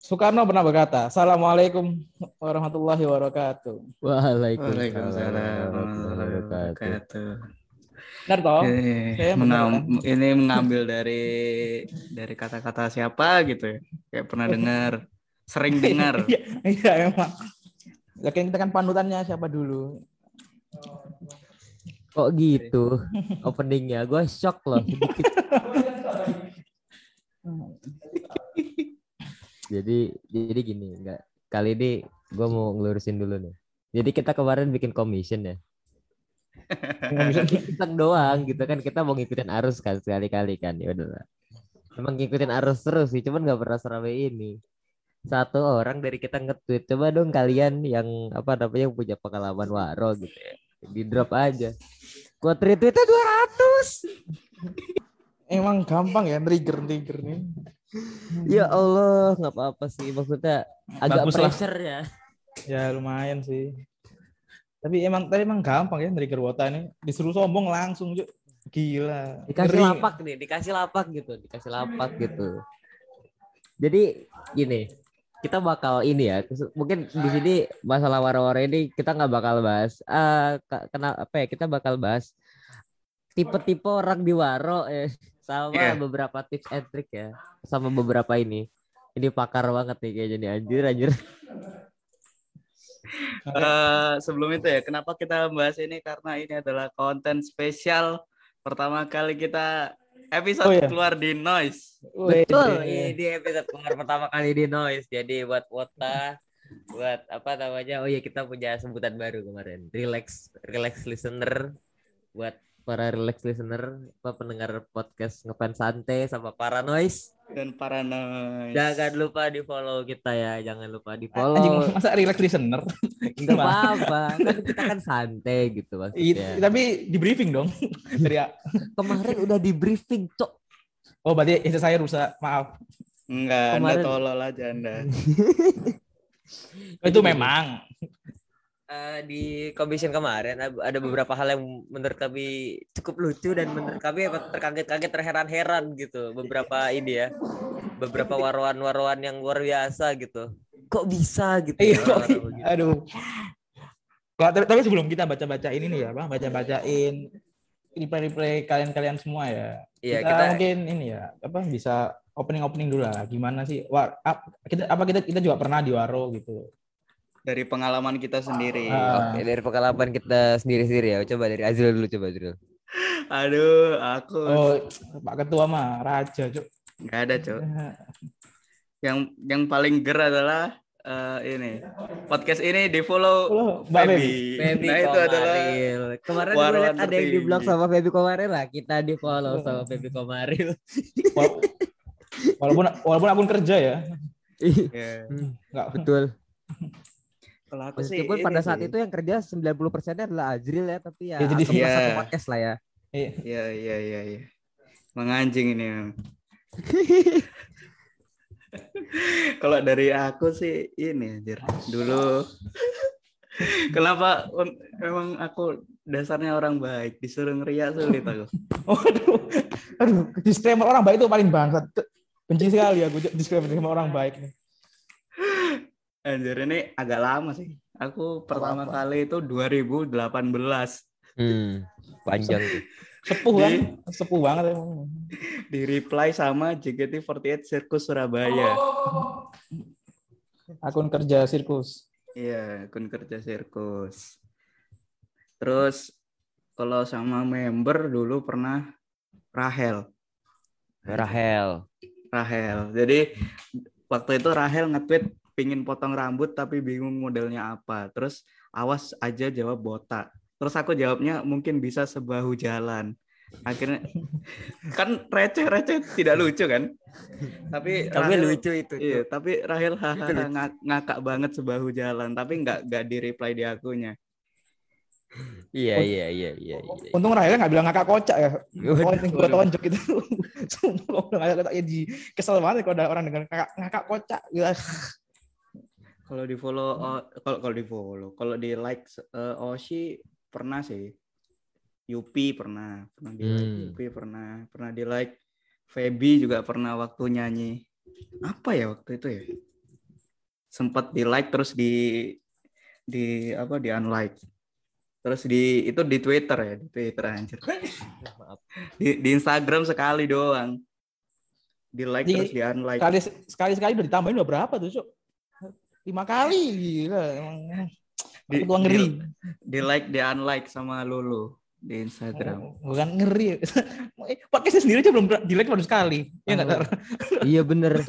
Soekarno pernah berkata, Assalamualaikum warahmatullahi wabarakatuh. Waalaikumsalam Waalaikumsalam warahmatullahi warahmatullahi wabarakatuh. wabarakatuh. Benar toh? Saya benar kan? Ini mengambil dari kata-kata siapa gitu ya? Kayak pernah dengar, sering dengar. Iya emang. Ya kan kita kan panutannya siapa dulu? Kok gitu openingnya? Gue shock loh sedikit. Jadi gini, enggak. Kali ini gue mau ngelurusin dulu nih. Jadi kita kemarin bikin commission ya. Iseng doang gitu kan, kita mau ngikutin arus kan sekali-kali kan, ya udah. Emang ngikutin arus terus sih, cuman nggak pernah seramai ini. Satu orang dari kita nge-tweet, coba dong kalian yang apa namanya yang punya pengalaman waro gitu ya, di drop aja. Gua retweetnya 200. Emang gampang ya trigger nih. Ya Allah, nggak apa-apa sih, maksudnya agak Bagus lah. pressure ya. Ya lumayan sih. Tapi emang gampang ya trigger wota nih. Disuruh sombong langsung Cuk. Gila. Dikasih Ngeri. lapak nih, dikasih lapak gitu. Jadi gini, kita bakal ini ya, mungkin di sini masalah waro-waro ini kita nggak bakal bahas. Kenapa ya? Kita bakal bahas tipe-tipe orang di waro sama beberapa tips and trick ya, sama beberapa ini. Ini pakar banget nih kayaknya nih, anjir. Sebelum itu ya, kenapa kita bahas ini? Karena ini adalah konten spesial pertama kali kita episode keluar di Noise. Betul, ini episode keluar pertama kali di Noise. Jadi buat Wota, buat apa namanya? Oh iya, kita punya sebutan baru kemarin. Relax listener. Buat para relax listener, apa pendengar podcast ngefans santai sama para noise dan para noise. Jangan lupa di follow kita ya, jangan lupa di follow. Anjing, masa relax listener? Enggak apa-apa, kan kita kan santai gitu maksudnya. Tapi di briefing dong. Dari kemarin udah di briefing, Cok. Oh, berarti istri saya rusak, maaf. Enggak, kemarin... Anda tolol aja Anda. Itu memang. Di commission kemarin ada beberapa hal yang menurut kami cukup lucu dan menurut kami terkaget-kaget, terheran-heran gitu. Beberapa ini ya, beberapa waruan-waruan yang luar biasa gitu. Kok bisa gitu? Aduh. Tapi sebelum kita baca-bacain ini ya, Bang, baca-bacain replay kalian semua ya. Iya, kita mungkin ini ya, apa bisa opening dulu lah. Gimana sih? Kita juga pernah di waro gitu. Dari pengalaman kita sendiri. Oke, dari pengalaman kita sendiri-sendiri ya. Coba dari Azril dulu, Azril. Aduh, aku. Oh, Pak Ketua mah raja, Cuk. Enggak ada, Cuk. Yang paling ger adalah ini. Podcast ini di-follow Feby. Nah, itu adalah kemarin gue lihat ada yang di-blog sama Feby Komaril lah. Kita di-follow sama Feby Komaril. Walaupun akun kerja ya. Iya. Enggak betul. Kalau aku sih pada saat itu yang kerja 90%-nya adalah Azril ya, tapi ya jadi satu podcast lah ya. Iya. Menganjing ini. Kalau dari aku sih ini anjir. Dulu kenapa emang aku dasarnya orang baik, disuruh ngeriak sulit aku. Aduh, disclaimer orang baik itu paling bangsat. Benci sekali aku disclaimer orang baik nih. Anjir, ini agak lama sih. Aku pertama kali itu 2018. Panjang tuh. Sepuh banget emang. Di reply sama JKT48 Sirkus Surabaya. Akun kerja sirkus. Iya, akun kerja sirkus. Terus kalau sama member dulu pernah Rahel. Jadi waktu itu Rahel nge-tweet pingin potong rambut tapi bingung modelnya apa. Terus awas aja jawab botak. Terus aku jawabnya mungkin bisa sebahu jalan. Akhirnya kan receh tidak lucu kan? Tapi Rahel, lucu itu. Iya, tapi Rahel ngakak banget sebahu jalan. Tapi nggak di reply di akunya. Iya. Untung Rahel nggak bilang ngakak kocak ya. Gue tonjok gitu. Sumpah ngakak kocak ya, kesel banget kalau ada orang dengan ngakak kocak. Kalau di follow, kalau di like Oshi pernah sih. Yupi pernah di like Yupi pernah di like Feby juga pernah waktu nyanyi. Apa ya waktu itu ya? sempat di like terus di apa di unlike. Terus itu di Twitter ya, di Twitter anjir. Maaf. Di Instagram sekali doang. Di like terus di unlike. Sekali udah ditambahin udah berapa tuh, Cuk? 5 kali gila emang. Di, Aku ngeri. Di like di unlike sama Lulu di Instagram. Bukan ngeri. Podcastnya sendiri aja belum di like baru sekali. Ya enggak, Tar? Iya bener.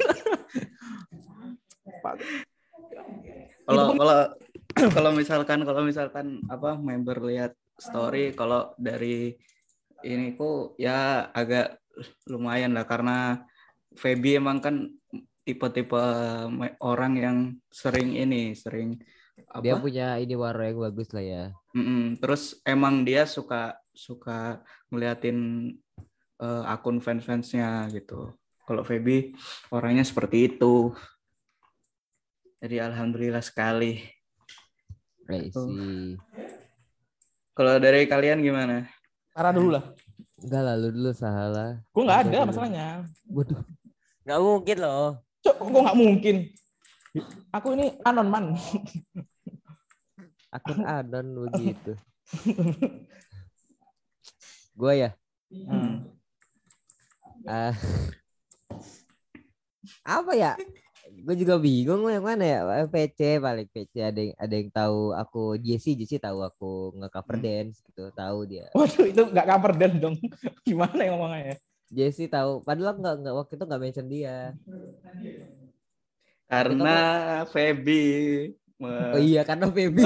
Kalau misalkan apa member lihat story, kalau dari ini kok ya agak lumayan lah, karena Feby emang kan tipe-tipe orang yang sering apa? Dia punya ini waro yang bagus lah ya. Terus emang dia suka ngeliatin akun fans-fansnya gitu. Kalau Feby orangnya seperti itu. Jadi alhamdulillah sekali. Kalau dari kalian gimana? Tara dulu lah. Enggak lah, lu dulu salah. Gue nggak ada masalahnya. Waduh. Nggak mungkin loh. Cuk, gue nggak mungkin. Aku ini anon man. Akun anon begitu. Gue ya. Apa ya? Gue juga bingung yang mana ya. PC paling PC ada yang tahu aku Jesse tahu aku nge-cover dance gitu, tahu dia. Waduh, itu nggak cover dance dong. Gimana yang ngomongnya? Jesse tahu, padahal nggak waktu itu nggak mention dia. Karena Feby. Oh iya, karena Feby.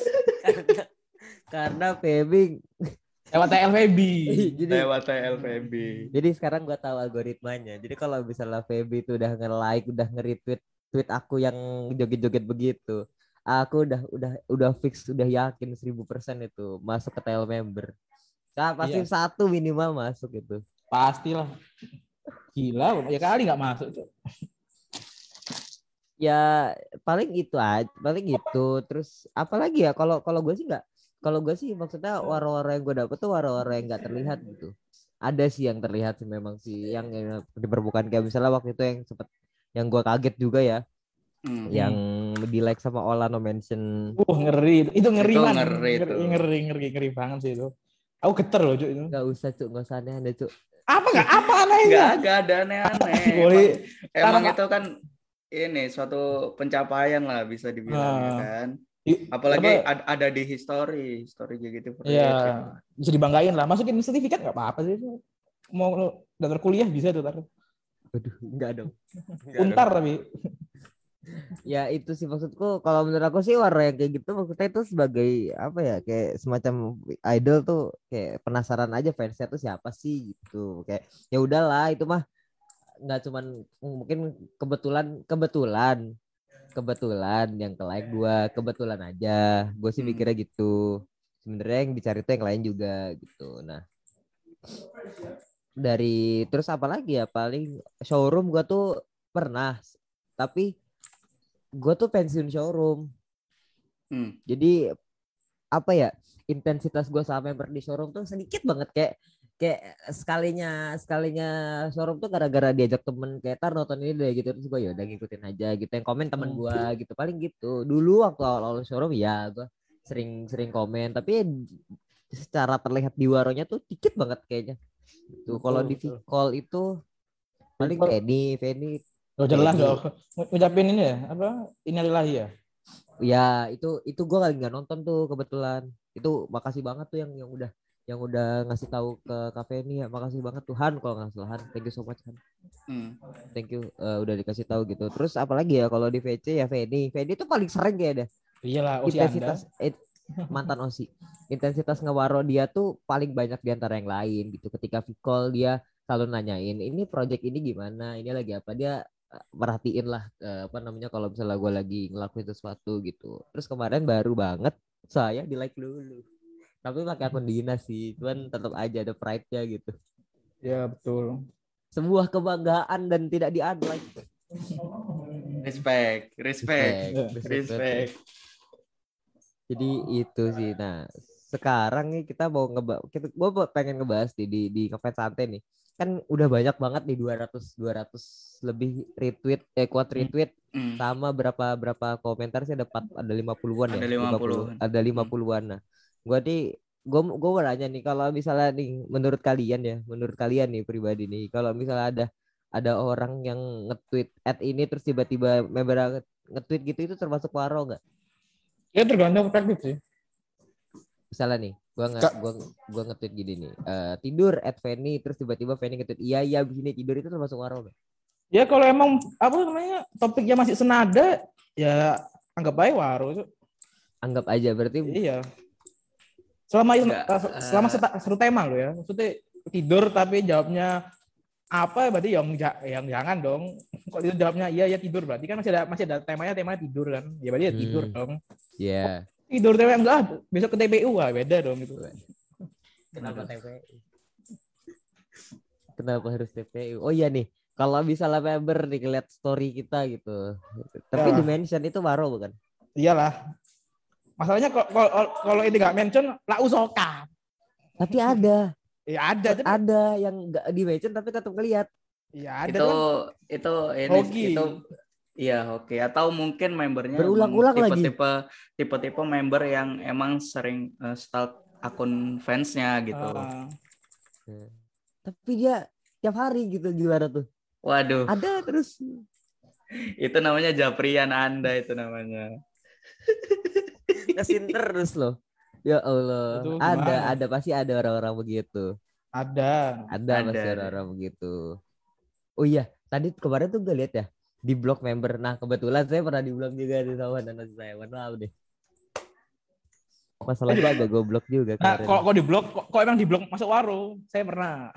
karena Feby lewat TLVB. Lewat TLVB. Jadi sekarang gue tahu algoritmanya. Jadi kalau misalnya Feby itu udah nge-like, udah nge-retweet tweet aku yang joget-joget begitu, aku udah fix, udah yakin 1000% itu masuk ke TL member. Nah, pasti satu minimal masuk itu. Pastilah. Gila, ya kali nggak masuk tuh. Ya paling itu aja, paling itu. Terus apalagi ya, kalau gue sih nggak. Kalau gue sih maksudnya waro-waro yang gue dapet tuh waro-waro yang nggak terlihat gitu. Ada sih yang terlihat sih memang sih, yang di permukaan, kayak misalnya waktu itu yang sempet yang gue kaget juga ya, yang di like sama Ola no mention. Ngeri, itu ngeri man. Ngeri Banget sih itu. Aku geter loh, Cuk, itu. Gak usah, Cuk, gak usah aneh-aneh, Cuk. Apa anehnya? Gak ada aneh-aneh. Emang itu kan ini suatu pencapaian lah bisa dibilang ya kan. Apalagi ada di history gitu. Iya, bisa dibanggain lah. Masukin sertifikat nggak apa-apa sih. Mau daftar kuliah bisa tuh, Tar. Waduh, enggak dong. Untar tapi. Ya itu sih maksudku, kalau menurut aku sih warna yang kayak gitu maksudnya itu sebagai apa ya, kayak semacam idol tuh, kayak penasaran aja fansnya tuh siapa sih gitu. Kayak ya udahlah, itu mah nggak cuman mungkin kebetulan yang ke like gue kebetulan aja. Gue sih mikirnya gitu. Sebenarnya yang dicari tuh yang lain juga gitu. Nah, dari terus apa lagi ya, paling showroom gue tuh pernah, tapi gue tuh pensiun showroom. Jadi apa ya, intensitas gue sama member di showroom tuh sedikit banget, kayak sekalinya showroom tuh gara-gara diajak temen, kayak Tar nonton ini deh gitu, terus gue ya udah ngikutin aja gitu, yang komen temen gue gitu, paling gitu. Dulu waktu awal showroom ya gue sering komen, tapi secara terlihat di waronya tuh dikit banget kayaknya tuh. Kalau di call itu paling Feni oh jelas dong ngucapin ini ya apa, innalillahi ya. Ya itu gue kali nggak nonton tuh kebetulan. Itu makasih banget tuh yang udah ngasih tahu ke Cafe ini ya, makasih banget Tuhan kalau nggak salah. Thank you so much kan. Thank you udah dikasih tahu gitu. Terus apalagi ya kalau di VC ya Feni itu paling sering kayak deh. Iyalah, intensitas mantan Osi. Intensitas ngewaro dia tuh paling banyak di antara yang lain gitu. Ketika call dia selalu nanyain ini project ini gimana, ini lagi apa, dia merhatiin lah apa namanya kalau misalnya gue lagi ngelakuin sesuatu gitu. Terus kemarin baru banget saya di like dulu, tapi pakai akun dinas sih, cuman tetap aja ada pride-nya gitu. Ya betul, sebuah kebanggaan dan tidak di unlike. Respect. Jadi itu sih. Nah sekarang nih kita mau gue pengen ngebahas di Cafe Santai nih. Kan udah banyak banget nih 200 lebih retweet, quote retweet sama berapa komentar sih, ada 50-an ya. Ada 50-an. Ada 50-an. Nah, gue mau nanya nih, kalau misalnya nih menurut kalian nih pribadi nih, kalau misalnya ada orang yang nge-tweet ini terus tiba-tiba member nge-tweet gitu, itu termasuk waro nggak? Ya tergantung perspektif sih. Misalnya nih, gua nge-tweet gini nih, tidur @Feni, terus tiba-tiba Feni nge-tweet iya begini tidur, itu termasuk waro nggak? Ya kalau emang apa namanya topiknya masih senada, ya anggap aja waro. Anggap aja berarti. Iya. Selama satu tema lo ya. Maksudnya tidur tapi jawabnya apa, berarti yang jangan dong. Kok itu jawabnya iya ya tidur, berarti kan masih ada temanya tidur kan. Ya berarti ya tidur dong. Iya. Yeah. Tidur tema enggak, besok ke TPU beda dong itu. Kenapa TPU? Kenapa harus TPU? Oh iya nih, kalau misalnya member nih lihat story kita gitu, tapi di mention itu waro bukan? Iyalah. Masalahnya kalau ini nggak mention, lah usokan. Tapi ada. Ya ada. Ada yang nggak di mention tapi tetap ngeliat. Ya ada. Itu Hoki. Iya, oke. Atau mungkin membernya berulang-ulang lagi. Tipe-tipe member yang emang sering stalk akun fansnya gitu. Tapi dia tiap hari gitu, gimana tuh? Waduh. Ada terus. Itu namanya Japrian Anda itu namanya. Ngesin terus loh. Ya Allah. Ada pasti ada orang-orang begitu. Ada pasti orang-orang begitu. Oh iya, tadi kemarin tuh gue lihat ya di blog member. Nah, kebetulan saya pernah di blog juga di sama anak saya. Maaf deh. Masalah gue agak goblok juga. Nah, kok di blog, kok emang di blog masuk waro? Saya pernah.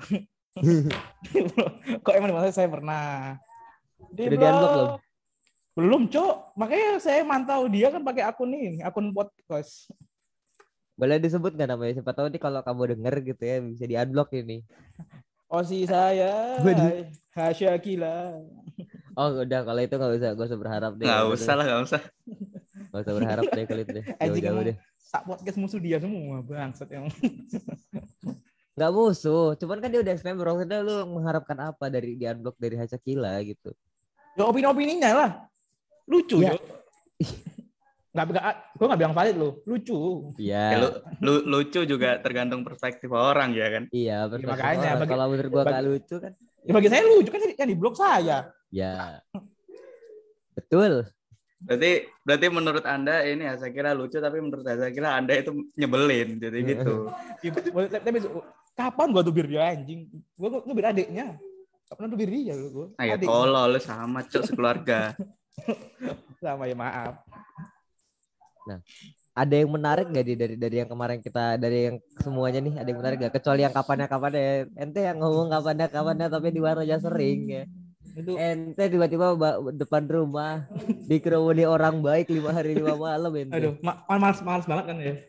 Kok emang di saya pernah. Di blog belum, Cok. Makanya saya mantau dia kan pakai akun podcast. Boleh disebut nggak namanya? Siapa tahu nih kalau kamu denger gitu ya bisa di unblock ini. Oh si saya, Hasya Gila. Oh udah, kalau itu nggak usah berharap deh. Nggak usah berharap deh kalau itu deh. Jauh-jauh deh. Sak podcast musuh dia semua bangsat yang. Nggak musuh, cuman kan dia udah spam, bro. Udah, lu mengharapkan apa dari di unblock dari Hasya Gila gitu? Ya opini-opininya lah, lucu ya. Gue nggak bilang valid lo, lucu. Iya. Lucu juga tergantung perspektif orang ya kan. Iya, makanya kalau menurut gue nggak lucu kan. Ya bagi saya lucu kan, yang di blog saya. Ya. Betul. Berarti menurut Anda ini ya saya kira lucu, tapi menurut saya kira Anda itu nyebelin, jadi gitu. Tapi kapan gue tubir dia anjing? Gue tubir adiknya. Kapan tubir dia gue? Ayo tolol sama cok sekeluarga. Sama ya maaf. Nah, ada yang menarik gak dari yang kemarin kita, dari yang semuanya nih, ada yang menarik gak? Kecuali yang kapannya ente yang ngomong kapannya tapi di warna aja sering ya. Itu ente tiba-tiba depan rumah dikerumuni orang baik 5 hari 5 malam ente. Aduh, malas banget kan ya.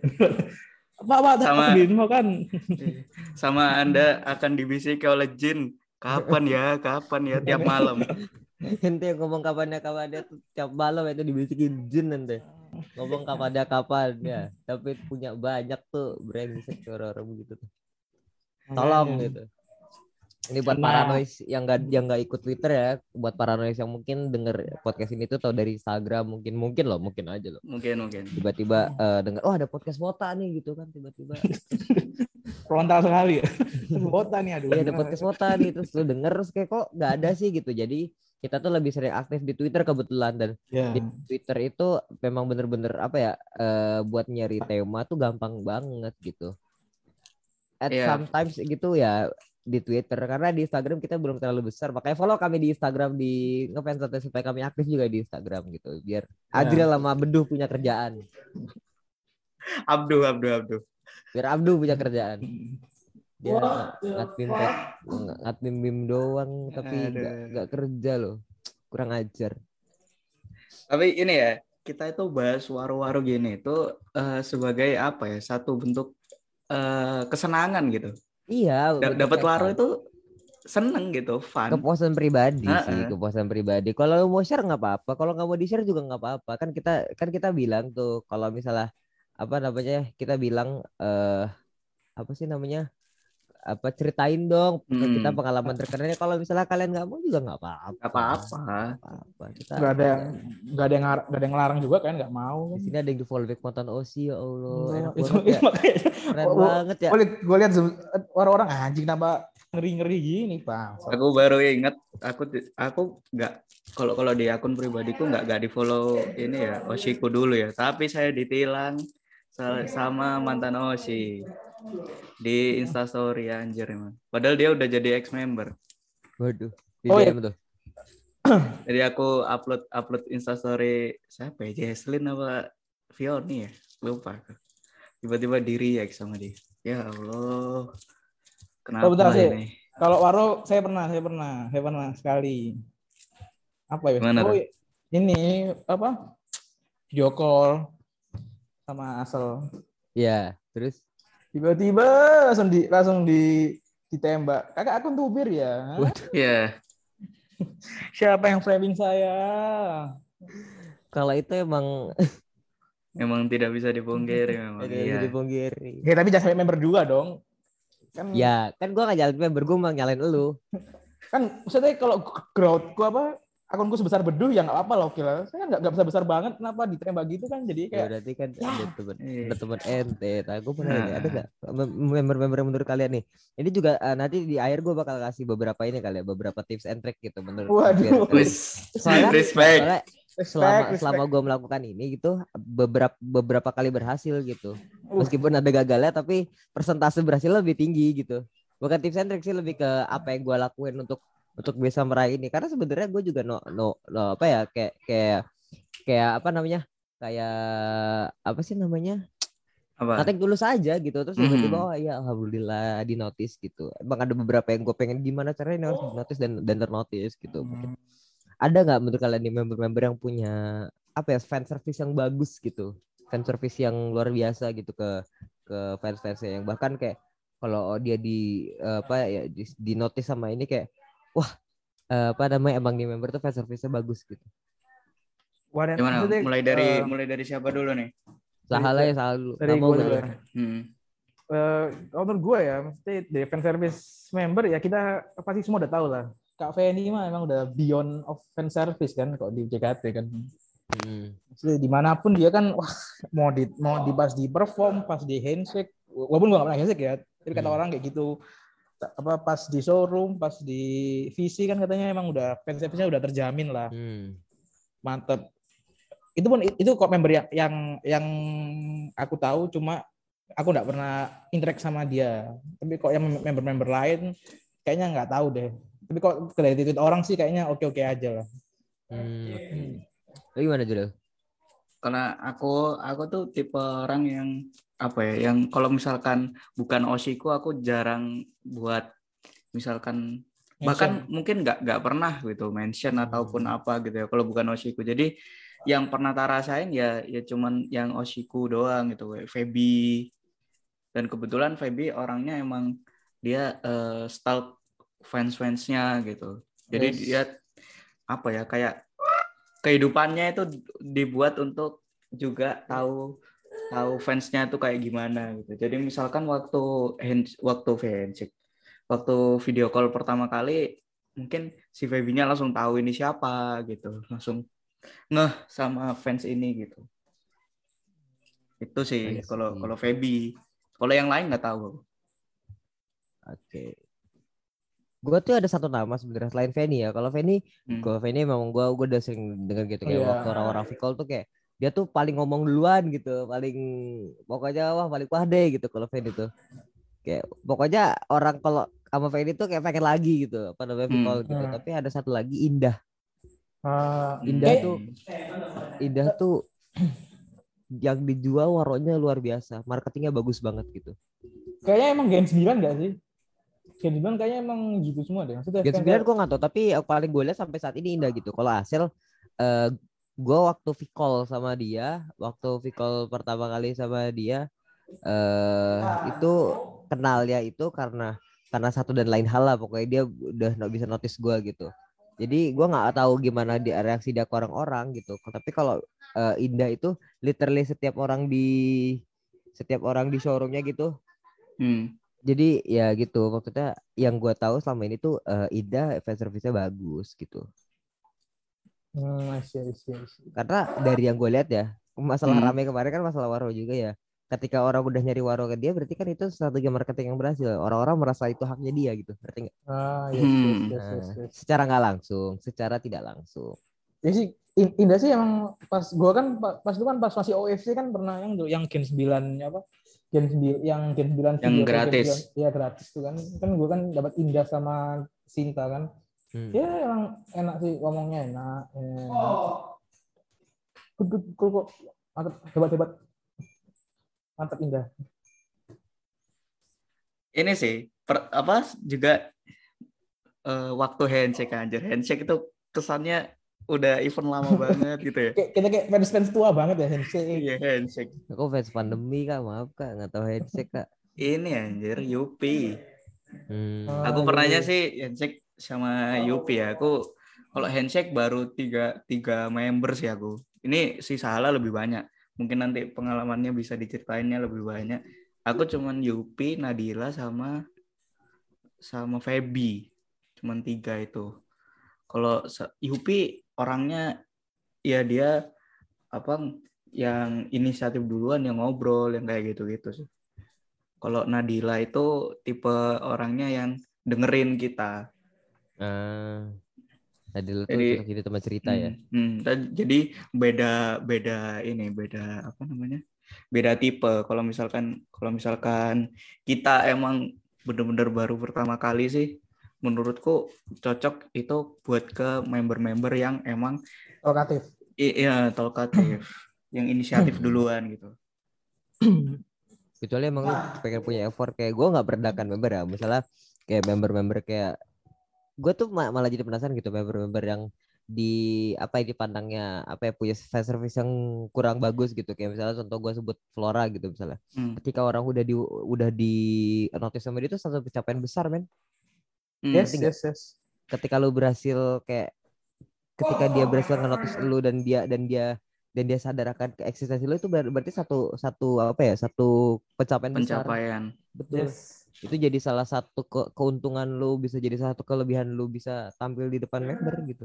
Sama Anda akan dibisiki oleh jin. Kapan ya tiap malam. Ente yang ngomong kapannya tiap malam itu dibisikin jin ente. Ngomong kapan ya, tapi punya banyak tuh brengsek orang begitu tuh. Tolong gitu. Ini buat paranoid yang nggak ikut Twitter ya, buat paranoid yang mungkin denger podcast ini tuh tau dari Instagram, mungkin aja loh. Mungkin. Tiba-tiba denger, oh ada podcast Wota nih gitu kan, tiba-tiba. Frontal sekali ya. Wota nih, aduh. Iya, ada podcast Wota nih, terus lu denger terus kayak kok nggak ada sih gitu. Jadi kita tuh lebih sering aktif di Twitter kebetulan, dan di Twitter itu memang bener-bener apa ya, buat nyari tema tuh gampang banget gitu. Sometimes gitu ya di Twitter, karena di Instagram kita belum terlalu besar, makanya follow kami di Instagram di ngefans supaya kami aktif juga di Instagram gitu, biar Adriel sama Beduh punya kerjaan. Abdu. Biar Abdu punya kerjaan. Dia ngadmin meme doang tapi nggak kerja loh, kurang ajar. Tapi ini ya, kita itu bahas waru-waru gini itu sebagai apa ya, satu bentuk kesenangan gitu. Iya, dapat waru itu seneng gitu, fun. Kepuasan pribadi sih, kepuasan pribadi. Kalau mau share nggak apa-apa, kalau nggak mau di share juga nggak apa-apa. Kan kita bilang tuh, kalau misalnya apa namanya, kita bilang apa sih namanya, apa ceritain dong kita Hmm. pengalaman terkenalnya. Kalau misalnya kalian nggak mau juga nggak apa-apa. Nggak apa-apa. Nggak apa-apa. Kita Nggak ada yang ngelarang juga kan, nggak mau. di sini ada yang di fallback mantan Osi, ya Allah, enak Itu banget ya. makanya. Keren banget ya. Gue lihat orang-orang anjing nambah ngeri-ngeri gini, Bang. Aku baru ingat, aku nggak, kalau di akun pribadiku nggak di follow ini ya Oshiku dulu ya, tapi saya ditilang sama mantan Oshi di Instastory anjir emang. Padahal dia udah jadi ex member. Waduh, di Oh, iya. DM tuh. Jadi aku upload Instastory siapa ya, Jesslyn apa Vioni ya, lupa aku. Tiba-tiba di react sama dia. Ya Allah, kenapa bentar sih. ini? Kalau Waro saya pernah sekali. Apa ya? Gimana Oh, tuh? ini apa? Video call sama Asel. Ya, terus Tiba-tiba langsung ditembak. Kakak akun tubir ya. waduh, Ya, Siapa yang framing saya? kalau itu emang emang tidak bisa dipungkiri memang. tidak bisa Iya. dipungkiri. Ya tapi jangan sampai member juga dong. Kan Ya, kan gua nggak nyalain member, gua malah nyalain elu. kan maksudnya kalau growthku apa akunku sebesar beduh ya nggak apa-apa lah, oke lah. Saya kan nggak besar banget, kenapa ditembak gitu kan, jadi Ya kayak berarti kan Iya. ada teman ente. Nah, gue pernah ini. Ada Nah. nggak member-member yang menurut kalian nih? Ini juga nanti di akhir gue bakal kasih beberapa ini kali ya, beberapa tips and trick gitu menurut. Waduh. Wis, Soalnya respect. selama gue melakukan ini gitu beberapa kali berhasil gitu. Meskipun ada gagalnya tapi persentase berhasil lebih tinggi gitu. Bukan tips and trick sih, lebih ke apa yang gue lakuin untuk bisa meraih ini. Karena sebenarnya gue juga apa ya kayak apa namanya? Kayak apa sih namanya? Apa? Nothing tulus aja gitu. Terus tiba-tiba oh iya alhamdulillah di notice gitu. Emang ada beberapa yang gue pengen gimana caranya harus di notice dan ternotice gitu. Mungkin ada nggak menurut kalian nih member-member yang punya apa ya fan service yang bagus gitu, fan service yang luar biasa gitu ke fans-fansnya, yang bahkan kayak kalau dia di apa ya di notice sama ini kayak wah apa namanya emang di member tuh fan service-nya bagus gitu. Gimana? Mulai dari siapa dulu nih? Salah ya salah dulu. Dari gue dulu ya. Kalau menurut gue ya, mesti dari fan service member ya kita pasti semua udah tahu lah. Kak Feni mah emang udah beyond of fan service kan kalau di JKT kan. Maksudnya dimanapun dia kan wah mau di pas di perform, pas di handshake, walaupun gue gak pernah handshake ya, tapi kata orang kayak gitu, apa pas di showroom, pas di VC kan katanya emang udah fan service-nya udah terjamin lah. Mantep. Itu kok member yang aku tahu, cuma aku nggak pernah interact sama dia. Tapi kok yang member-member lain kayaknya nggak tahu deh. Tapi kok dari tweet orang sih kayaknya oke-oke aja lah. Gimana Jul? Karena aku tuh tipe orang yang apa ya, yang kalau misalkan bukan Oshiku aku jarang buat misalkan mention. Bahkan mungkin nggak pernah gitu mention ataupun apa gitu ya kalau bukan Oshiku. Jadi yang pernah tak rasain ya cuman yang Oshiku doang gitu, Feby. Dan kebetulan Feby orangnya emang dia stalk fans-fansnya gitu. Jadi dia apa ya kayak kehidupannya itu dibuat untuk juga tahu fansnya itu kayak gimana gitu. Jadi misalkan waktu video call pertama kali mungkin si Feby-nya langsung tahu ini siapa gitu, langsung ngeh sama fans ini gitu. Itu sih kalau Feby. Kalau yang lain nggak tahu. Oke. Gue tuh ada satu nama sebenarnya selain Feni ya. Kalau Feni memang gue udah sering dengar gitu kayak waktu orang-orang Vicol tuh kayak dia tuh paling ngomong duluan gitu, paling pokoknya paling wah deh gitu kalau Feni tuh. Kayak pokoknya orang kalau sama Feni tuh kayak pengen lagi gitu, apa namanya Vicol gitu. Tapi ada satu lagi Indah. Indah tuh yang dijual waronya luar biasa, marketingnya bagus banget gitu. Kayaknya emang Gen 9 nggak sih? Gen 9 kayaknya emang gitu semua deh. Maksudnya Gen 9 gue nggak tahu, tapi yang paling gue lihat sampai saat ini Indah gitu. Kalau Asel, gue waktu Vicol sama dia, waktu Vicol pertama kali sama dia, itu kenalnya itu karena satu dan lain hal lah. Pokoknya dia udah nggak bisa notice gue gitu. Jadi gue nggak tahu gimana reaksi dia ke orang-orang gitu. Tapi kalau Indah itu literally setiap orang di showroomnya gitu, Jadi ya gitu, maksudnya yang gue tahu selama ini tuh Ida fan service-nya bagus gitu. I see, I see, I see. Karena dari yang gue lihat ya, masalah Hmm. rame kemarin kan masalah Waro juga ya. Ketika orang udah nyari Waro ke dia, berarti kan itu strategi marketing yang berhasil. Orang-orang merasa itu haknya dia gitu, berarti nggak? Yes, yes, Hmm. yes, yes, Nah, yes. secara nggak langsung, secara tidak langsung. Ya sih, Indah sih emang pas gua kan pas itu kan pas masih OFC kan pernah yang Gen 9 apa? Gen 9 yang Gen 9 Yang video call Gen gratis. 9 ya gratis tuh kan. Kan gua kan dapat Indah sama Sinta kan. Hmm. Ya emang enak sih ngomongnya enak. Good, cool kok. Mantap, hebat hebat. Mantap Indah. Ini sih apa juga waktu handshake anjir. Handshake itu kesannya udah event lama banget gitu ya. Kita kayak fans tua banget ya handshake. Iya, handshake. Aku fans pandemi kak, maaf kak, nggak tahu handshake kak. Ini anjir Yupi. Aku Iya, pernahnya iya. sih handshake sama Yupi ya. Aku kalau handshake baru tiga member sih aku. Ini si Salah lebih banyak. Mungkin nanti pengalamannya bisa diceritainnya lebih banyak. Aku cuman Yupi, Nadila sama Feby. Cuman 3 itu. Kalau Yupi orangnya ya dia apa yang inisiatif duluan, yang ngobrol, yang kayak gitu-gitu sih. Kalau Nadila itu tipe orangnya yang dengerin kita. Tadi lu tuh cocok Jadi jadi teman cerita ya. jadi beda apa namanya? Beda tipe. Kalau misalkan kita emang bener-bener baru pertama kali sih, menurutku cocok itu buat ke member-member yang emang Lokatif. iya talkatif, yang inisiatif duluan gitu. Kecuali emang lu pengen punya effort kayak gue nggak beredakan member ya. Misalnya kayak member-member kayak gue tuh malah jadi penasaran gitu member-member yang di apa ini pandangnya apa ya punya fan service yang kurang bagus gitu kayak misalnya contoh gue sebut Flora gitu misalnya ketika orang udah di notice sama dia itu satu pencapaian besar men. Yes, Ngerti nggak? yes, yes. Ketika lu berhasil kayak ketika dia berhasil nge-notice lu dan dia sadar akan eksistensi lu itu berarti satu satu apa ya satu pencapaian besar. Pencapaian. Betul. Yes. Itu jadi salah satu keuntungan lu, bisa jadi salah satu kelebihan lu bisa tampil di depan member gitu.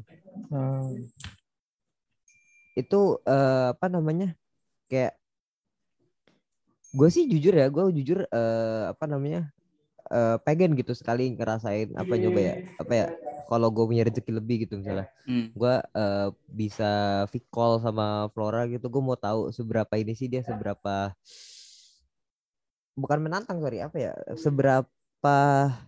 Itu apa namanya kayak gue sih jujur ya gue jujur apa namanya pengen gitu sekali ngerasain apa nyoba ya apa ya kalau gue punya rezeki lebih gitu misalnya gue bisa call sama Flora gitu gue mau tahu seberapa ini sih dia seberapa bukan menantang sorry apa ya seberapa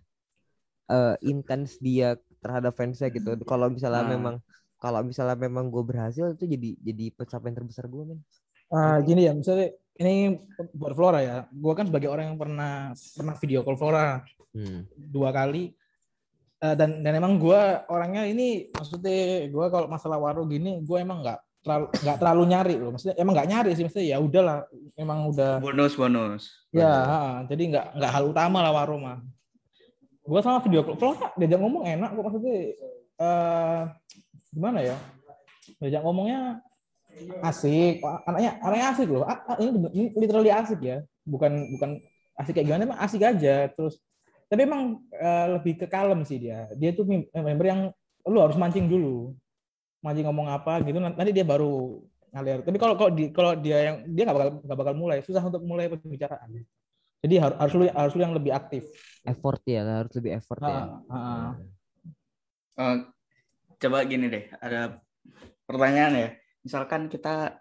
intens dia terhadap fansnya gitu. Kalau misalnya memang gue berhasil itu jadi pencapaian terbesar gue men. Gini ya, misalnya ini buat Flora ya. Gue kan sebagai orang yang pernah video call Flora 2 kali. Dan emang gue orangnya ini maksudnya gue kalau masalah Waro gini gue emang nggak terlalu nyari loh. Maksudnya emang nggak nyari sih maksudnya ya udahlah emang udah bonus. Ya, jadi nggak hal utama lah Waro mah. Gue sama video call Flora diajak ngomong enak kok maksudnya gimana ya? Diajak ngomongnya asik, anaknya asik loh. Ini literally asik ya, bukan asik kayak gimana, emang asik aja. Terus, tapi emang lebih ke kalem sih dia. Dia tuh member yang lu harus mancing dulu, mancing ngomong apa gitu. Nanti dia baru ngalir. Tapi kalau dia nggak bakal mulai, susah untuk mulai pembicaraan. Jadi harus lu yang lebih aktif. Effort ya, harus lebih effort ya. Coba gini deh, ada pertanyaan ya. Misalkan kita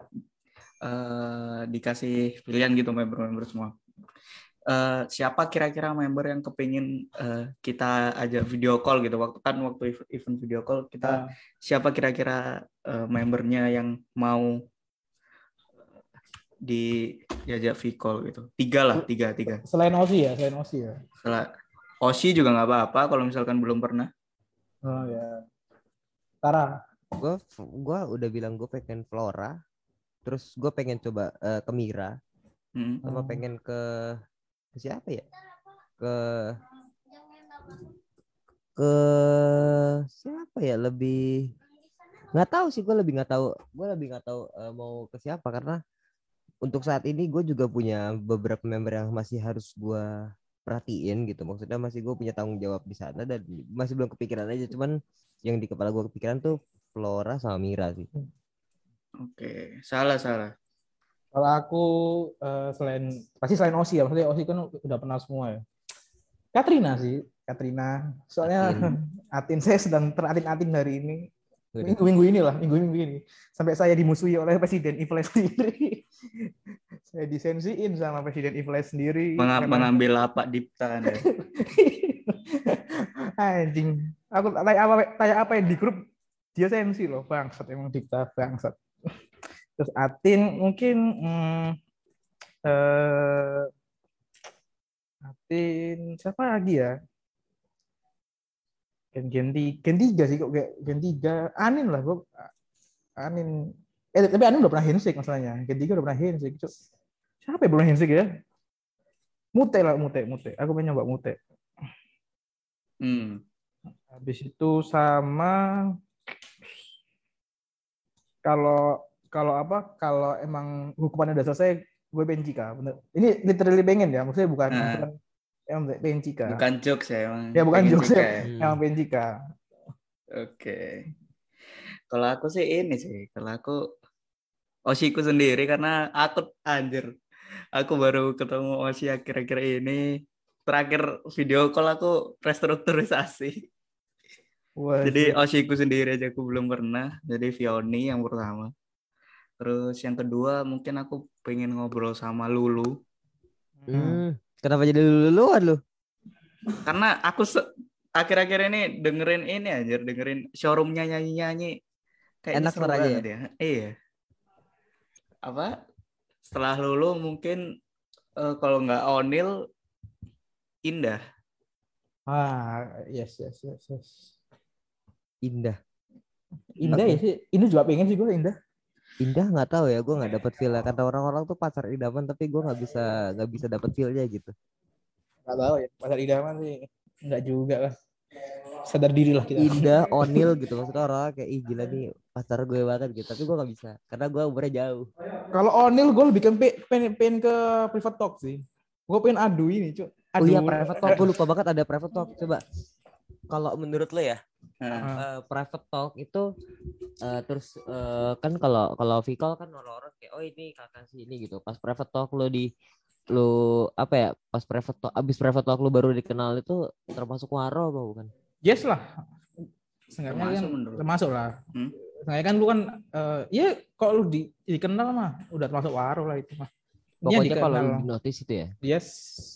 dikasih pilihan gitu member-member semua. Siapa kira-kira member yang kepingin kita ajak video call gitu waktu event video call kita siapa kira-kira membernya yang mau diajak video call gitu? Tiga. Selain Osi ya. Osi juga nggak apa-apa kalau misalkan belum pernah. Oh ya. Tara. Gue udah bilang gue pengen Flora, terus gue pengen coba ke Mira, sama pengen ke siapa ya? Ke siapa ya? Lebih nggak tahu sih, gue lebih nggak tahu mau ke siapa karena untuk saat ini gue juga punya beberapa member yang masih harus gue perhatiin gitu. Maksudnya masih gue punya tanggung jawab di sana dan masih belum kepikiran aja. Cuman yang di kepala gue kepikiran tuh Flora sama Mira sih. Oke, salah. Kalau aku selain Osi ya, maksudnya Osi kan udah pernah semua ya. Katrina sih, Katrina. Soalnya Atin saya sedang teratin-atin hari ini. Minggu ini. Sampai saya dimusuhi oleh Presiden Evil sendiri. Saya disensiin sama Presiden Evil sendiri. Mengambil lapak Dipta Anda. Anjing. Aku tanya apa yang di grup, dia sensi loh. Bangsat emang Dipta, bangsat. Terus Atin mungkin Atin siapa lagi ya? Gen 3 sih kok, kayak Gen 3 Anin lah gue. Anin tapi Anin udah pernah handshake masalahnya. Gen 3 udah pernah handshake. Siapa yang belum handshake ya? Mute. Aku pengen nyoba Mute. Habis itu sama kalau emang hukumannya udah selesai, gue pengen Cika. Bener. Ini literally pengen ya, maksudnya bukan pengen Cika. Bukan jokes ya emang. Ya bukan jokes ya, emang pengen Cika. Oke. Kalau aku sih ini sih, kalau aku Osiku sendiri karena aku aku baru ketemu Osi akhir-akhir ini. Terakhir video call aku restrukturisasi. Wah, jadi Osiku sendiri aja aku belum pernah. Jadi Vioni yang pertama. Terus yang kedua mungkin aku pengen ngobrol sama Lulu. Kenapa jadi Luluan lu? Karena aku akhir-akhir ini dengerin showroomnya nyanyi-nyanyi. Enak seru aja banget ya. Iya. Setelah Lulu mungkin kalau nggak Onil, Indah. Yes. Indah ya sih. Ini juga pengen sih gue Indah nggak tahu ya, gue nggak dapet feel-nya. Kata orang-orang tuh pacar idaman, tapi gue nggak bisa dapet feel-nya gitu. Nggak tahu ya, pacar idaman sih nggak juga lah. Sadar diri lah kita. Indah, Onil gitu, maksudnya orang kayak gila nih pacar gue banget gitu, tapi gue nggak bisa karena gue umurnya jauh. Kalau Onil gue lebih pengen ke private talk sih. Gue pengen adu ini cuy. Oh iya, private talk, gue lupa banget ada private talk. Coba kalau menurut lo ya, private talk itu terus kan kalau Vicol kan orang-orang kayak ini kakak sih ini gitu. Pas private talk pas private talk, abis private talk lu baru dikenal itu termasuk waro apa bukan? Yes lah. Termasuk lah. Sengaja kan lu kan ya kalau lu dikenal mah udah termasuk waro lah itu mah. Pokoknya kalau lu notice itu ya. Yes.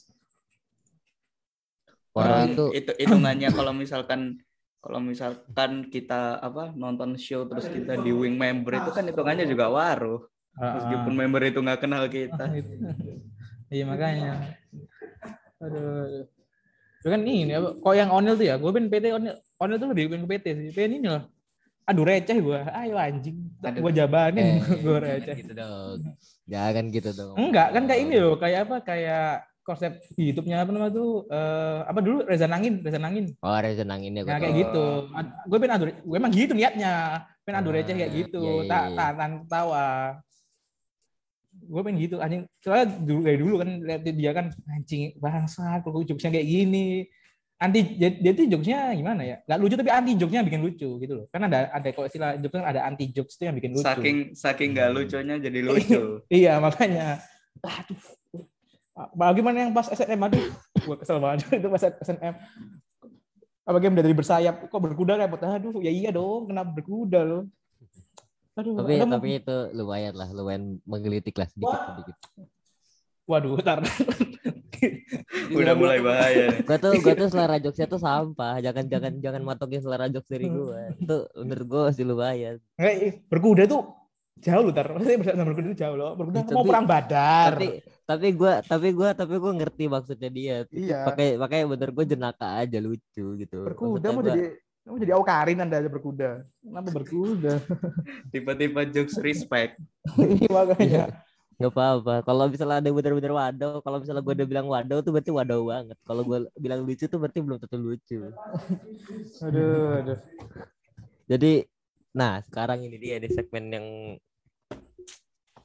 Orang itu hitungannya kalau misalkan kita nonton show terus kita di wing member itu kan hitungannya juga waro. Meskipun member itu nggak kenal kita. Iya makanya. Aduh. Kan ini kok yang Onil tuh ya, gue pengen PT Onil tuh lebih pengen ke PT sih. Pengen ini loh. Aduh receh gue. Ayo anjing. Gue jabanin gue receh. Gitu dong. Jangan gitu dong. Enggak, kan kayak ini loh, kayak konsep di YouTube-nya apa namanya tuh dulu Reza Nangin. Oh, Reza Nangin ya. Nah, kayak gitu. Gue pengen adu, gue emang gitu niatnya. Pengen adu receh kayak gitu. Tak tawa. Gue pengen gitu anjing. Soalnya dari dulu kan lihat dia kan anjing bangsa kalau jokesnya kayak gini. Dia tuh jokesnya gimana ya? Gak lucu tapi anti jokesnya bikin lucu gitu loh. Kan ada kalau istilah jokes kan ada anti jokes tuh yang bikin lucu. Saking gak lucunya jadi lucu. Iya, makanya. Aduh. Bagaimana yang pas SNM, aduh, gue kesel banget itu pas SNM. Game dari bersayap, kok berkuda repot? Aduh, ya iya dong, kenapa berkuda loh? Aduh, tapi itu lumayan menggelitik lah sedikit. Waduh, ntar. Udah mulai bahaya. Gue tuh selera jokesnya tuh sampah. Jangan matokin selera jokes dari gue. Itu menurut gue sih lumayan. Berkuda tuh jauh loh, maksudnya berkuda itu jauh loh. Berkuda mau perang Badar. Tapi gue ngerti maksudnya dia. Iya. Pakai bener gue jenaka aja lucu gitu. Berkuda mau jadi Aukarin Anda aja berkuda. Kenapa berkuda? Tiba-tiba jokes respect. Makanya. Gak apa-apa. Kalau misalnya ada bener-bener waduh, kalau misalnya gue udah bilang waduh tuh berarti waduh banget. Kalau gue bilang lucu tuh berarti belum tentu lucu. Aduh. Jadi, nah sekarang ini dia di segmen yang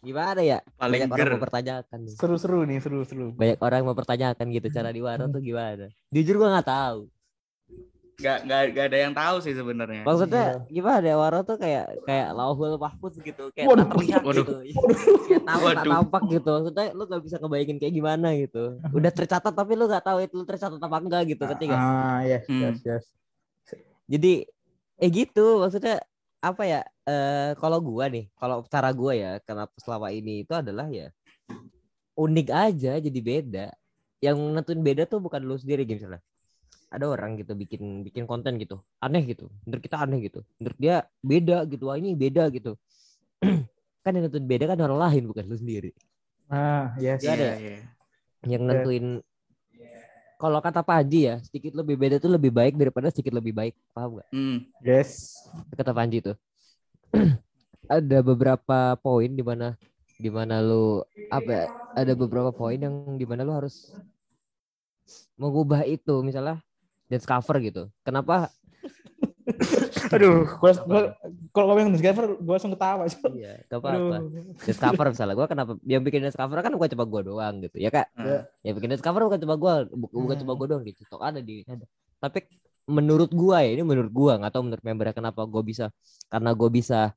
Gimana ya? Paling Banyak orang ger. mempertanyakan. Seru-seru nih, seru-seru. Banyak orang mempertanyakan gitu cara di warung tuh gimana. Jujur gue nggak tahu. Nggak ada yang tahu sih sebenarnya. Maksudnya gimana ya warung tuh kayak lauhul mahfuz gitu, kayak Waduh. tak terlihat Waduh. gitu. Kayak tak Waduh. tampak gitu. Maksudnya lu nggak bisa ngebayangin kayak gimana gitu. Udah tercatat tapi lu nggak tahu itu lu tercatat apa enggak gitu, ketika. Yes. Jadi gitu maksudnya apa ya? Kalau gua nih, kalau cara gua ya, kenapa selama ini itu adalah ya unik aja, jadi beda. Yang nentuin beda tuh bukan lu sendiri gitu misalnya. Ada orang gitu bikin konten gitu, aneh gitu. Menurut kita aneh gitu. Menurut dia beda gitu. Wah, ini beda gitu. Kan yang nentuin beda kan orang lain, bukan lu sendiri. Yes. Gak ada ya? Yang nentuin. Kalau kata Pak Haji ya, sedikit lebih beda itu lebih baik daripada sedikit lebih baik. Paham gak? Yes. Kata Pak Haji itu. Ada beberapa poin di mana lu ada beberapa poin yang di mana lu harus mengubah itu, misalnya dance cover gitu. Kenapa? Aduh, kalau ngomong dance cover gue langsung ketawa. Iya, gak apa-apa. Dance cover misalnya, gue kenapa yang bikin dance cover kan bukan cuma gue doang gitu, ya kak? Ya bikin dance cover bukan cuma gue doang gitu. Tok ada. Tapi menurut gue ya, ini menurut gue, nggak tahu menurut membernya kenapa gue bisa, karena gue bisa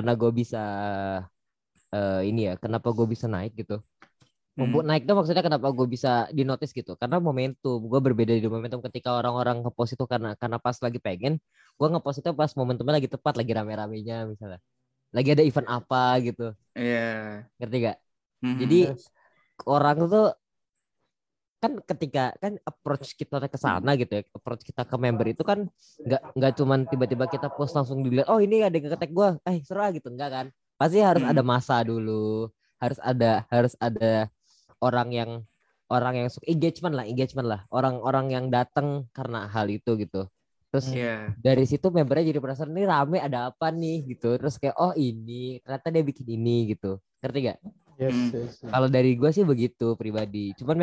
ini ya, kenapa gue bisa naik gitu. Naik tuh maksudnya kenapa gue bisa di notice gitu, karena momentum gue berbeda di momentum. Ketika orang-orang ngepost itu karena pas lagi pengen, gue ngepost itu pas momentumnya lagi tepat, lagi rame-ramenya misalnya, lagi ada event apa gitu. Ngerti gak? Jadi orang tuh kan ketika kan approach kita ke sana gitu ya, approach kita ke member itu kan nggak cuman tiba-tiba kita post langsung dilihat, oh ini ada yang nge-tag gue, seru gitu, enggak kan? Pasti harus ada masa dulu, harus ada orang yang engagement lah, orang-orang yang datang karena hal itu gitu. Terus dari situ membernya jadi penasaran, nih rame ada apa nih gitu. Terus kayak oh ini ternyata dia bikin ini gitu. Ngerti gak? Yes. Kalau dari gue sih begitu pribadi. Cuman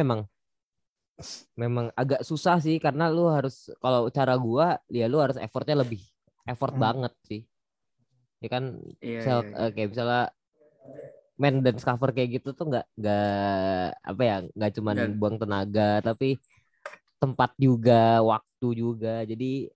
memang agak susah sih, karena lu harus, kalau cara gue ya lu harus effort banget sih. Ya kan kayak misalnya main dance cover kayak gitu tuh nggak cuman buang tenaga, tapi tempat juga, waktu juga. Jadi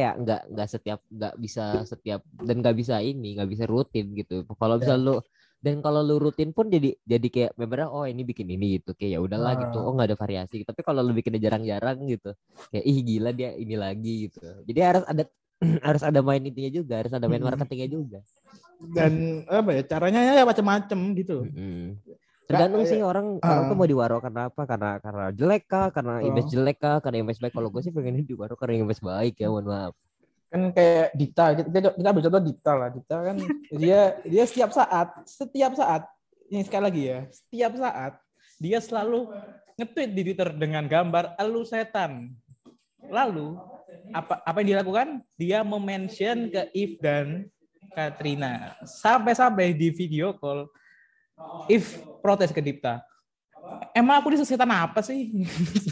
nggak bisa setiap dan nggak bisa rutin gitu. Kalau bisa kalau lu rutin pun jadi kayak membernya oh ini bikin ini gitu, kayak ya udahlah gitu, oh nggak ada variasi. Tapi kalau lu bikinnya jarang-jarang gitu, kayak gila dia ini lagi gitu. Jadi harus ada main intinya juga, harus ada main marketingnya juga. Dan caranya ya macam-macam gitu. Tergantung sih orang tuh mau di waro karena apa, karena jelek kah, karena image jelek kah, karena image baik. Kalau gue sih pengen di waro karena image baik ya, mohon maaf. Kan kayak Dita, kita ambil contoh Dita lah. Dita kan dia setiap saat ini sekali lagi ya, setiap saat dia selalu nge-tweet di Twitter dengan gambar elu setan. Lalu apa yang dia lakukan? Dia mention ke If dan Katrina. Sampai di video call If protes ke Dipta. Emang aku disesetan apa sih?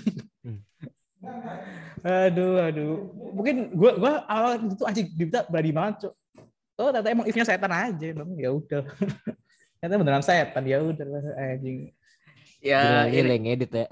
Aduh. Mungkin gua awal itu anjing Dipta berani banget, Cok. Oh, ternyata emang If-nya setan aja dong. Ya udah. Ternyata beneran setan, ya udah anjing. Ya, ini ngedit ya.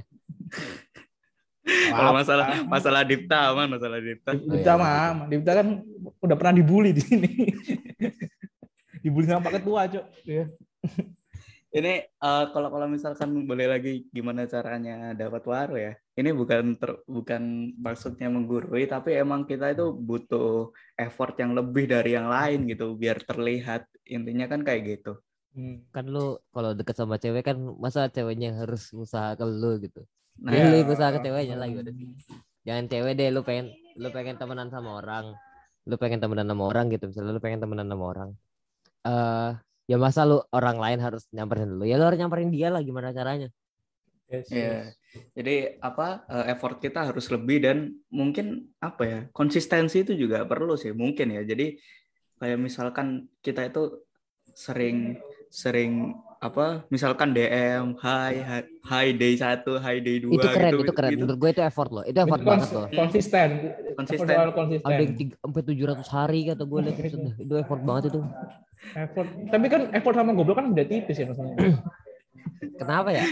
Kalau masalah Dipta aman, Dipta kan udah pernah dibully di sini. Dibully sama Pak Ketua, Cok. Ya. Ini kalau misalkan boleh lagi gimana caranya dapat waro ya. Ini bukan maksudnya menggurui, tapi emang kita itu butuh effort yang lebih dari yang lain gitu biar terlihat. Intinya kan kayak gitu. Kan lu kalau deket sama cewek kan masa ceweknya harus usaha ke lu gitu. Lu usaha ke ceweknya lagi udah. Jangan cewek deh, lu pengen temenan sama orang. Gitu. Misalnya lu pengen temenan sama orang. Ya masa lu orang lain harus nyamperin lu? Ya lu harus nyamperin dia lah, gimana caranya? Yes. Jadi effort kita harus lebih, dan mungkin konsistensi itu juga perlu sih mungkin ya. Jadi kayak misalkan kita itu sering apa misalkan DM hi day 1, hi day 2 Itu keren, gitu itu keren. gitu. Menurut gue itu effort loh. Itu effort banget loh. Konsisten. Konsisten. Soal konsisten. Ada yang 3 sampai 700 hari kata gue lihat itu effort banget itu. Effort. Tapi kan effort sama goblok kan beda tipis ya maksudnya. Kenapa ya?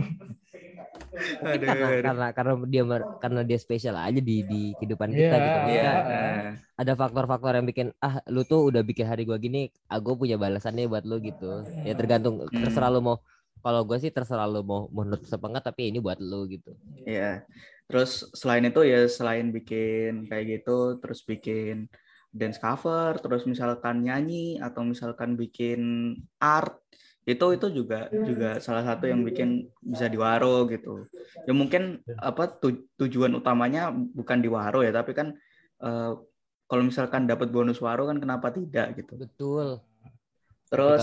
Mungkin karena dia spesial aja di kehidupan kita gitu. Maksudnya ada faktor-faktor yang bikin lu tuh udah bikin hari gua gini, gue punya balasannya buat lu gitu. Ya tergantung, terserah lu mau. Kalau gue sih terserah lu mau notice apa enggak, tapi ini buat lu gitu. Iya. Terus selain itu ya selain bikin kayak gitu, terus bikin dance cover, terus misalkan nyanyi atau misalkan bikin art, itu juga salah satu yang bikin bisa diwaro gitu. Ya mungkin apa tujuan utamanya bukan diwaro ya, tapi kan kalau misalkan dapat bonus waro kan kenapa tidak gitu. Betul. Terus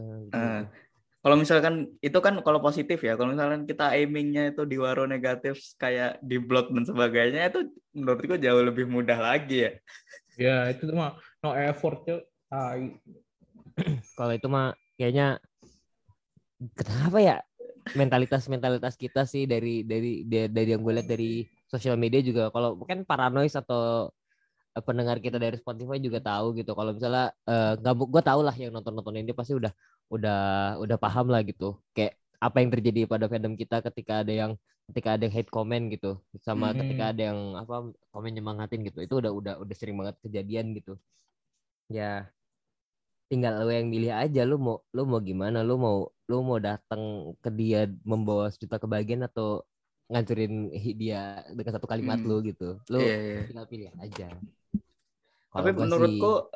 kalau misalkan itu kan kalau positif ya, kalau misalkan kita aimingnya itu di waro negatif kayak di blog dan sebagainya, itu menurutku jauh lebih mudah lagi ya. Ya itu mah no effort tuh. Kalau itu mah kayaknya kenapa ya mentalitas kita sih dari yang gue lihat dari sosial media juga. Kalau mungkin paranoid atau pendengar kita dari Spotify juga tahu gitu. Kalau misalnya gue tahu lah yang nonton ini pasti udah paham lah gitu. Kayak apa yang terjadi pada fandom kita ketika ada yang hate comment gitu, sama ketika ada yang komen nyemangatin gitu. Itu udah sering banget kejadian gitu. Ya tinggal lo yang milih aja, lo mau gimana, lo mau datang ke dia membawa sejuta kebahagiaan atau ngancurin dia dengan satu kalimat lo gitu. Lo tinggal pilih aja. Tapi menurutku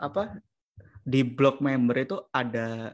di blog member itu ada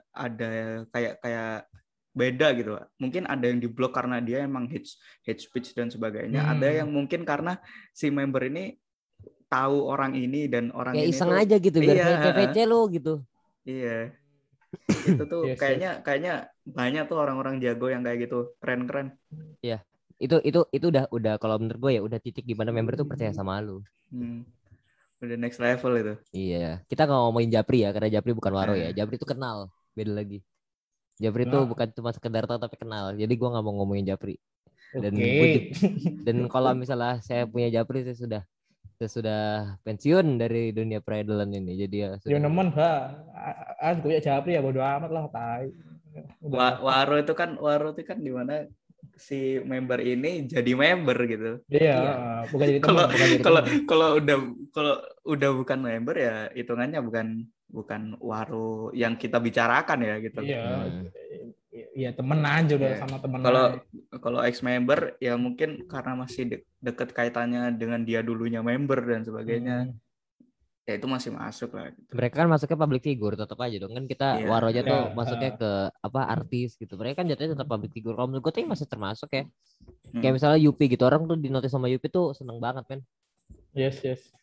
kayak beda gitu. Mungkin ada yang di blog karena dia emang hate speech dan sebagainya. Ada yang mungkin karena si member ini tahu orang ini dan orang kayak ini iseng tuh aja gitu biar VVC lo gitu. Iya. Itu tuh kayaknya banyak tuh orang-orang jago yang kayak gitu, keren-keren. Iya. Itu udah kalau menurut gue ya udah titik di mana member tuh percaya sama lu. Udah next level itu. Iya. Kita nggak ngomongin Japri ya, karena Japri bukan waro ya. Japri itu kenal, beda lagi. Japri itu bukan cuma sekedar tahu tapi kenal. Jadi gue nggak mau ngomongin Japri. Dan kalau misalnya saya punya Japri, saya sudah pensiun dari dunia peridolan ini. Jadi ya sudah. Ya nemen gue ya Japri ya bodo amat lah tai. Waro itu kan di mana si member ini jadi member gitu. Iya. Bukan jadi teman. Kalau udah bukan member ya hitungannya bukan waro yang kita bicarakan ya gitu. Iya. Iya temen aja udah sama temen. Kalau ex member ya mungkin karena masih deket kaitannya dengan dia dulunya member dan sebagainya. Ya itu masih masuk lah gitu. Mereka kan masuknya public figure tetap aja dong kan, kita waro aja tuh masuknya ke artis gitu. Mereka kan jatuhnya tetap public figure. Kalau menurut gue tuh masih termasuk ya. Kayak misalnya Yupi gitu, orang tuh dinotis sama Yupi tuh seneng banget kan. Yes.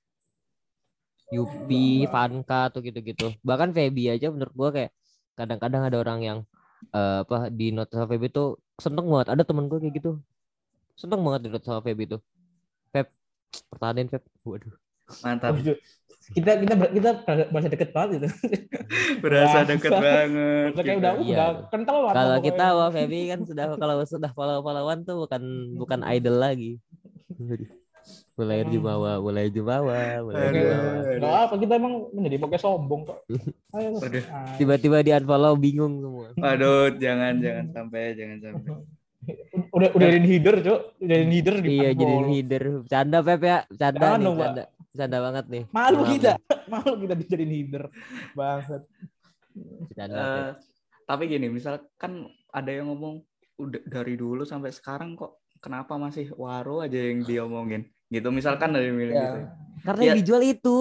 Yupi, Vanka tuh gitu-gitu. Bahkan Feby aja menurut gue kayak kadang-kadang ada orang yang di note sama Feby tuh seneng banget. Ada temen gue kayak gitu, seneng banget di note sama Feby tuh. Feb, pertahanin Feb. Waduh, mantap. Kita berasa deket banget itu. Berasa deket banget. Kayak udah kental banget. Kalau kita Feby kan kalau sudah follow-followan tuh bukan idol lagi. Mulai jumawa. Enggak apa, kita emang menjadi pokoknya sombong kok. Tiba-tiba di unfollow bingung semua. Aduh, jangan sampai. Udah jadiin header, Cok. Jadiin header di Iya, jadiin header. Bercanda Pep ya. Bercanda banget nih. Malu kita dijadiin header. Bangsat. Bercanda. Tapi gini, misalkan ada yang ngomong udah dari dulu sampai sekarang kok kenapa masih waro aja yang diomongin gitu, misalkan dari milih gitu. Karena yang dijual itu.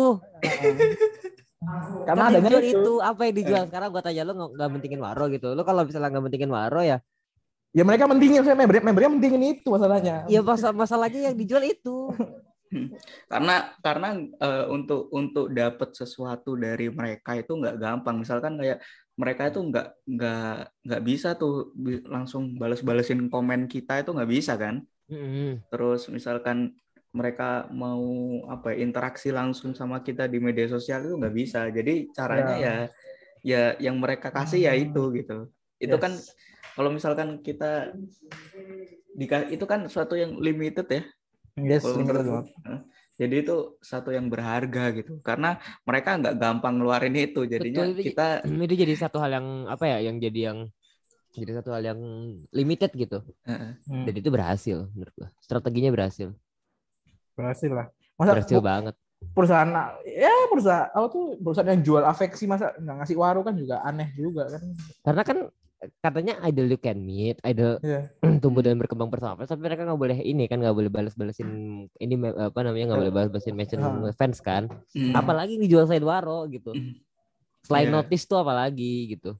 Karena ada dijual itu. Apa yang dijual? Sekarang gua tanya lu nggak mentingin waro gitu. Lu kalau misalnya nggak mentingin waro ya mereka mentingin, saya membernya mentingin itu masalahnya. Iya, masalahnya yang dijual itu. Karena untuk dapat sesuatu dari mereka itu nggak gampang. Misalkan kayak mereka itu nggak bisa tuh langsung balas-balasin komen kita, itu nggak bisa kan. Terus misalkan mereka mau interaksi langsung sama kita di media sosial itu nggak bisa. Jadi caranya ya yang mereka kasih ya itu gitu. Itu Yes. kan kalau misalkan kita itu kan suatu yang limited ya. Yes, Kalau limited menurutku. banget. Jadi itu satu yang berharga gitu. Karena mereka nggak gampang ngeluarin itu. Jadinya Betul, kita itu jadi satu hal yang apa ya, yang jadi satu hal yang limited gitu. Dan itu berhasil menurut gua. Strateginya berhasil. Berhasil lah. Masa Berhasil banget. perusahaan perusahaan yang jual afeksi masa nggak ngasih waro kan juga aneh juga kan. Karena kan katanya idol you can meet, idol Iya. tumbuh dan berkembang bersama, tapi mereka nggak boleh ini kan, nggak boleh balas-balasin ini apa namanya, nggak boleh balas-balasin mention fans kan. Apalagi dijual selain waro gitu. Selain notice tuh apalagi gitu.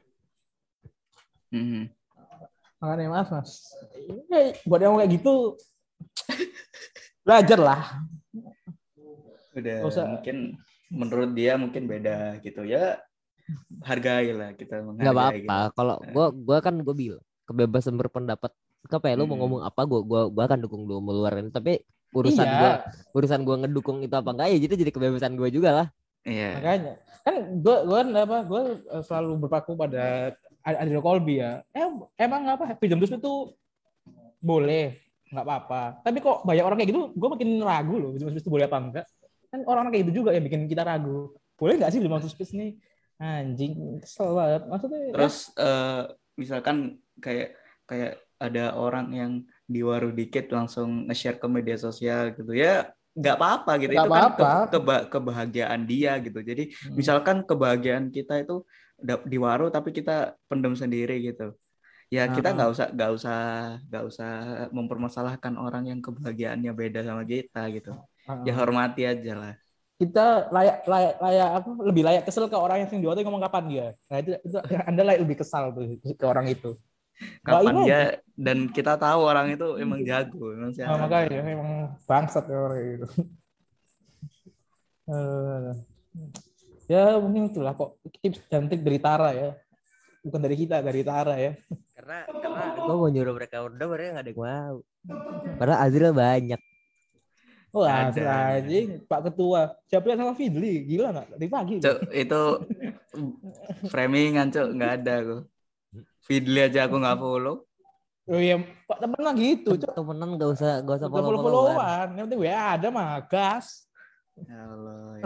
Makanya mas buat yang kayak gitu belajar lah. Udah mungkin menurut dia mungkin beda gitu ya, hargailah, kita menghargai. Nggak apa-apa gitu. Kalau gue kan gue bilang kebebasan berpendapat apa ya, lu mau ngomong apa gue akan dukung lu meluarin, tapi urusan gue ngedukung itu apa enggak ya jadi kebebasan gue juga lah. Iya. Makanya kan gue selalu berpaku pada Adriano Colby ya. Emang apa freedom to speech itu boleh, nggak apa-apa. Tapi kok banyak orang kayak gitu, gue makin ragu loh freedom to speech itu boleh apa enggak. Kan orang-orang kayak gitu juga yang bikin kita ragu. Boleh nggak sih freedom to speech nih? Anjing, kesel banget. Maksudnya terus misalkan kayak ada orang yang di waru dikit langsung nge-share ke media sosial gitu ya, nggak apa-apa gitu. Itu kan kebahagiaan dia gitu. Jadi misalkan kebahagiaan kita itu di waru tapi kita pendem sendiri gitu. Ya kita nggak usah mempermasalahkan orang yang kebahagiaannya beda sama kita gitu. Ya hormati aja lah. Kita layak apa, lebih layak kesel ke orang yang sering diwaru ngomong kapan dia. Nah itu Anda layak lebih kesal tuh ke orang itu. Kapan dia aja. Dan kita tahu orang itu emang jago, emang siapa. Makanya emang bangsat ya orang itu. Ya mungkin itulah kok tips dan trik dari Tara ya, bukan dari kita, dari Tara ya. Karena gue mau nyuruh mereka udah, mereka nggak ada yang mau. Padahal Azril banyak. Wah, anjing Pak Ketua. Siapa yang sama Fidli? Gila nggak? Dari pagi. Cuk, itu framingan, Cuk, nggak ada aku. Fidli aja aku nggak follow. Oh iya, Pak temenan gitu, Cuk. Temenan nggak usah follow-followan. Yang penting WA ada mah, gas. Ya Allah.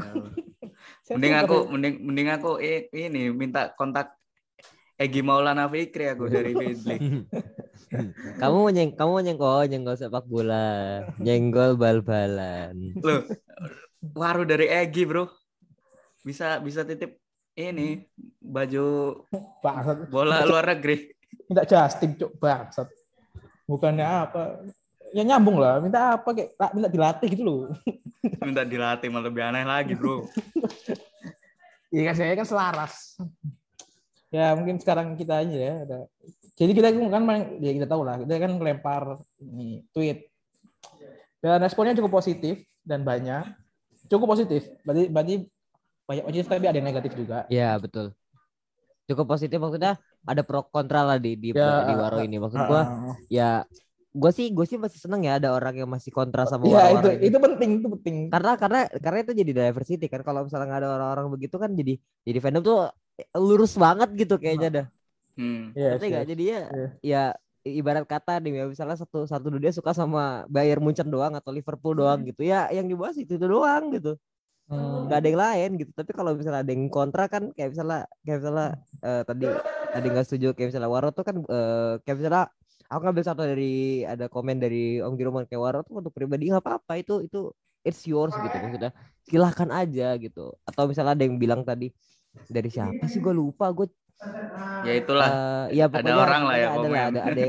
mending aku ini minta kontak Egy Maulana Fikri aku dari Fidli. Kamu nyenggol sepak bola, nyenggol bal-balan. Loh, waru dari Egy, bro. Bisa titip ini baju bola luar negeri. Minta justing, Cuk, bangsat. Bukannya apa? Ya nyambung lah. Minta apa kayak minta dilatih gitu loh. Minta dilatih malah lebih aneh lagi, bro. Iya kan, saya kan selaras. Ya mungkin sekarang kita aja ya. Jadi kita kan ya kita tahu lah, kita kan melempar tweet dan responnya cukup positif dan banyak, cukup positif. Berarti banyak positif tapi ada yang negatif juga. Iya betul. Cukup positif maksudnya ada pro kontra lah di waro ini. Maksud gua ya gue sih masih seneng ya ada orang yang masih kontra sama waro-waro ini. Itu penting. Karena itu jadi diversity kan. Kalau misalnya nggak ada orang-orang begitu kan jadi fandom tuh lurus banget gitu kayaknya dah. Nggak jadi ya ibarat kata nih, misalnya satu dunia suka sama Bayern Munchen doang atau Liverpool doang gitu ya, yang dibahas itu doang gitu. Nggak ada yang lain gitu. Tapi kalau misalnya ada yang kontra kan, kayak misalnya tadi nggak setuju kayak misalnya waro tuh kan kayak misalnya aku ngambil satu dari ada komen dari Om Giroman, kayak waro tuh untuk pribadi nggak apa-apa, itu it's yours gitu, maksudnya silahkan aja gitu. Atau misalnya ada yang bilang tadi dari siapa sih, gue lupa, ya itulah ya pokoknya ada orang lah ya ada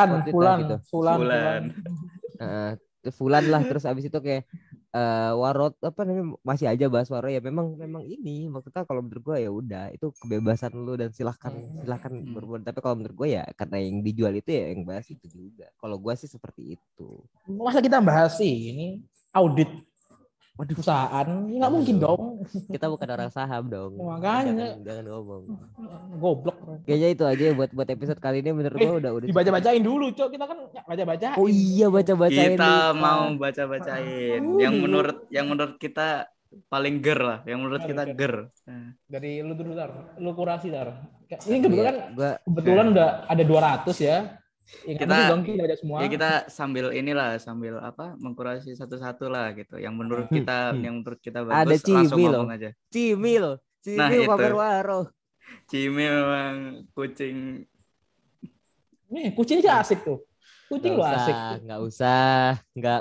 Fulan lah. Terus abis itu kayak waro apa namanya, masih aja bahas waro ya, memang ini maksudnya kalau menurut gue ya udah, itu kebebasan lu dan silahkan berbuat. Tapi kalau menurut gue ya karena yang dijual itu ya yang bahas itu juga. Kalau gue sih seperti itu. Masa kita bahas sih ini audit perusahaan, nggak mungkin dong. Kita bukan orang saham dong. Makanya jangan ngomong. Goblok. Kayaknya itu aja buat episode kali ini, menurut gue udah dibaca-bacain dulu, Cok. Kita kan baca-bacain. Oh iya, baca-bacain. Kita mau baca-bacain yang menurut kita paling ger lah, yang menurut Paling kita ger. ger. Dari lu dulu Tar, lu kurasi Tar. Ini kebetulan Gua kebetulan udah ada 200 ya. Ingat Kita- dong kita ada semua. Ya kita sambil inilah, sambil apa, mengkurasi satu-satu lah gitu. Yang menurut kita Ada bagus langsung Cimi ngomong loh. aja. Cimil Nah, itu. pamer waro. Cimi memang kucing. Nih, kucing sih asik tuh. Kucing lu asik. Nggak usah.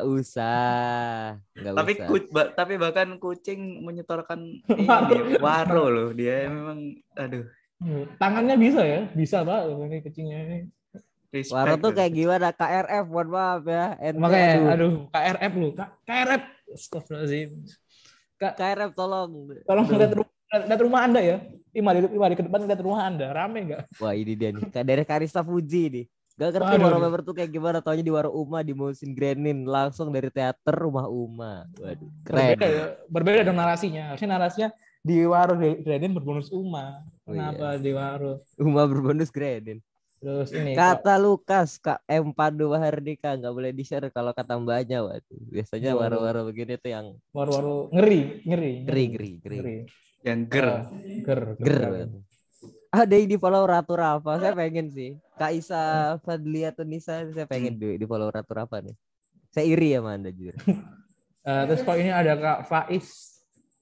Tapi bahkan kucing menyetorkan ini waro loh. Dia memang aduh, Tangannya bisa ya, bisa Pak ini kucingnya ini. respect. Waro tuh loh. kayak gimana? KRF, mohon maaf ya. Ente, Makanya, aduh, KRF lu, KRF. Astagfirullahaladzim. KRF tolong. Tolong lihat rumah Anda ya. 5 hari ke depan lihat rumah Anda, rame nggak? Wah ini dia nih. Dari Karista Fuji nih. Gak ngerti Aduh. Waro member tuh kayak gimana. Taunya di Waro Uma, di Musin Grenin. Langsung dari teater Rumah Uma. Waduh, keren. Berbeda dong narasinya. Harusnya narasinya di Waro Gradin berbonus Uma. Kenapa di Waro? Uma berbonus Grenin. Terus ini Kata Lukas, Kak M. Pandu Mahardika nggak boleh di-share kalau kata mbaknya. Waduh, biasanya Waduh. waro-waro begini tuh yang Waro ngeri. Yang ger. ger. Ada yang di follow Ratu Rafa, saya pengen sih. Kak Isa Fadlia Tunisa, saya pengen di follow Ratu Rafa nih. Saya iri ya sama Anda jujur. Terus kok ini ada Kak Faiz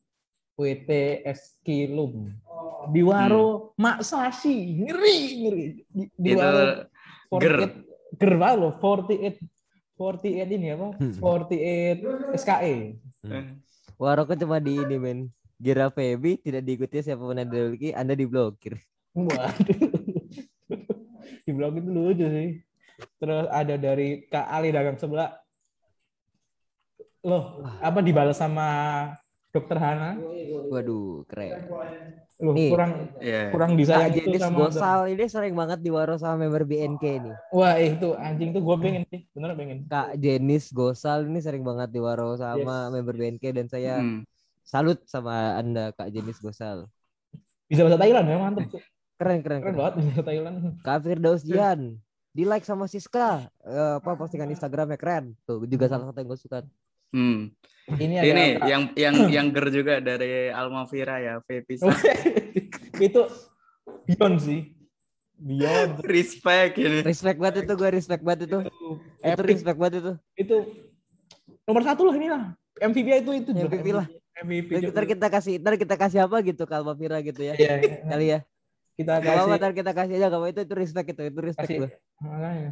WTS Kilum di Waro Mak Sashi ngeri di Itu Waro ger. 48 ger banget loh 48 ini apa 48 SKE. Waro cuma di ini men. Gira Feby tidak diikuti siapapun yang dimiliki, Anda diblokir. Waduh. Di blog itu lucu sih. Terus ada dari Kak Ali dagang sebelah. Loh, apa dibalas sama Dokter Hana? Waduh, keren. Loh, Nih. kurang disayang Kak itu Jenis sama Gosal ini sering banget di Waro sama member BNK nih. Wah, itu anjing tuh gue pengen sih, bener pengen. Kak Jenis Gosal ini sering banget di Waro sama member BNK dan saya salut sama Anda Kak Jenis Gosal. Bisa bahasa Thailand ya, mantep. Keren Banget bisa bahasa Thailand. Kak Firdaus Jian di like sama Siska postingan Instagramnya keren tuh juga salah satu yang gue suka. Ini yang ger juga dari Almavira ya, VP. Itu Beyond sih. Beyond. Respect ini. Respect banget itu, gue respect banget itu. Itu respect banget itu. Itu nomor 1 lah inilah. MVP itu MVP lah. MVP. Ntar kita kasih apa gitu ke Almavira gitu ya. Iya. Kali ya. Kita Gak apa-apa, kasih. ntar kita kasih aja, gak apa itu respect itu respect Kasih. loh. Makanya.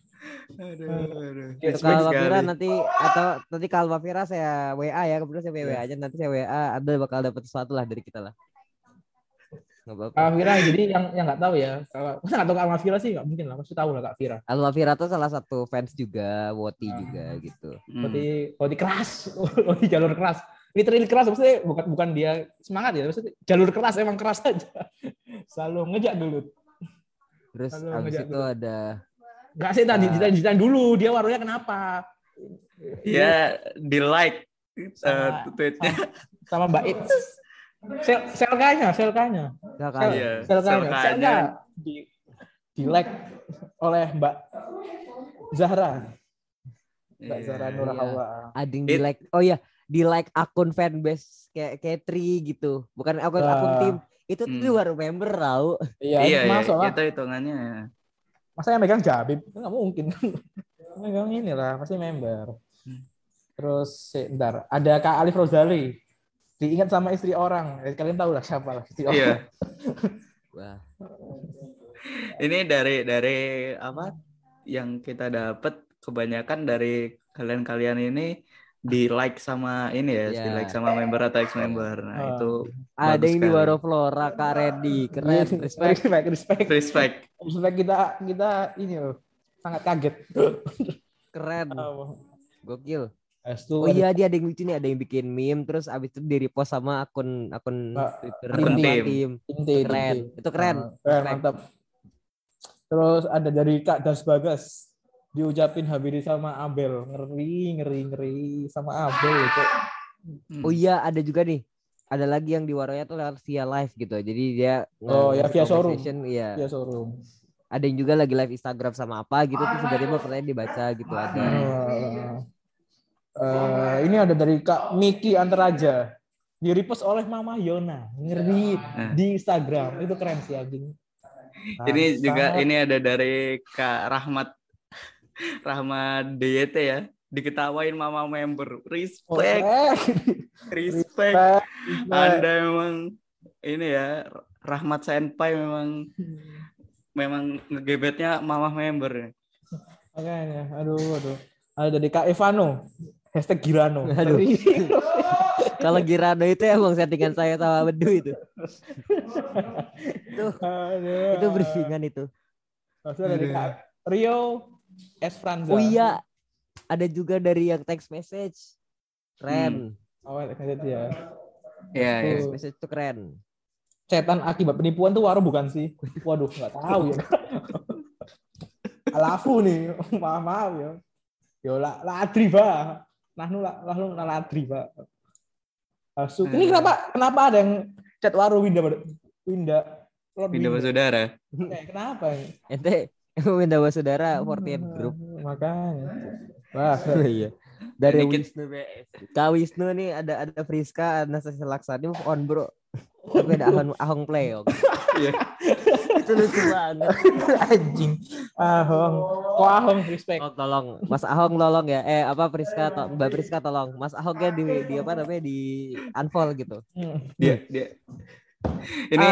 Aduh. Ke Almavira nanti ke Almavira saya WA ya, kemudian saya WA aja, nanti saya WA Anda bakal dapat sesuatu lah dari kita lah. Nggak apa-apa. Kak Vira jadi yang nggak tahu ya, kalau masa nggak tahu Kak Vira sih nggak mungkin lah, pasti tahu lah Kak Vira. Almavira tuh salah satu fans juga, Woti juga gitu. Woti keras, Woti jalur keras. Literally keras, maksudnya bukan dia semangat ya, maksudnya jalur keras, emang keras aja. Selalu ngejak dulu. Terus Selalu abis ngejak itu dulu. ada Nggak sih tadi ceritain dulu dia warungnya kenapa? Ya di like tweetnya. Sama Mbak It. Selkanya. kakaknya. Selkanya di like oleh Mbak Zahra. Mbak Zahra Nur Hawa. Ada yang di like. Oh iya, di like akun fanbase kayak Tri gitu. Bukan akun tim. Itu tuh baru member tahu. Iya, masuk lah. itu hitungannya. Masa yang megang Jabib? Nggak mungkin. Megang inilah, pasti member. Terus, bentar. Ada Kak Alif Rozali. Diingat sama istri orang. Kalian tahu lah siapa lah istri orang. Iya. Wah. Ini dari apa yang kita dapat kebanyakan dari kalian ini di like sama ini ya, di like sama member atau ex member. Nah, itu ada yang di Waro Flora, Kak Reddy, keren. Respect kita ini loh, sangat kaget. Keren. Gokil. Oh iya, dia ada yang lucu nih, ada yang bikin meme terus abis itu di repost sama akun Twitter tim. Keren. Itu keren. Mantap. Terus ada dari Kak Das Bagas. Diucapin habiri sama Abel. Ngeri sama Abel itu. Oh iya, ada juga nih. Ada lagi yang di Waroya tuh lewat via live gitu. Jadi dia via showroom. Iya. Via showroom. Ada yang juga lagi live Instagram sama apa gitu terus tiba-tiba pertanyaan dibaca gitu ada. Ini ada dari Kak Miki Antaraja. Di repost oleh Mama Yona. Ngeri di Instagram. Itu keren sih anjing. Ini juga ini ada dari Kak Rahmat DYT ya. Diketawain mama member. Respect. Anda memang ini ya, Rahmat Senpai memang ngegebetnya mama member. Makanya, aduh. Ada dari Kak Evano. #Girano. Aduh. Kalau Girano itu emang settingan saya sama Bedu itu. Itu briefingan itu. Maksudnya dari Kak Rio S. Franza. Oh iya, ada juga dari yang text message. Keren. Text message ya. Iya. Text message itu keren. Setan akibat penipuan tuh Waro bukan sih? Waduh, nggak tahu ya. Alafu nih, maaf ya. Yo ladri bah. Nahnu ladri bah. Ini kenapa ada yang chat Waro Winda Basudara? Kenapa? Ente Winda Basudara 48 group. Makanya. Wah, iya. Dari Wisnu BS. Kak Wisnu nih ada Friska, Anastasia Laksani move on, bro. Tapi ada Ahong Pleong. Iya. Itu lucu banget. Anjing. Ahong respect. Oh, tolong Mas Ahong tolong ya. Friska Mbak Friska tolong. Mas Ahongnya di apa namanya di unfollow gitu. Dia. Ini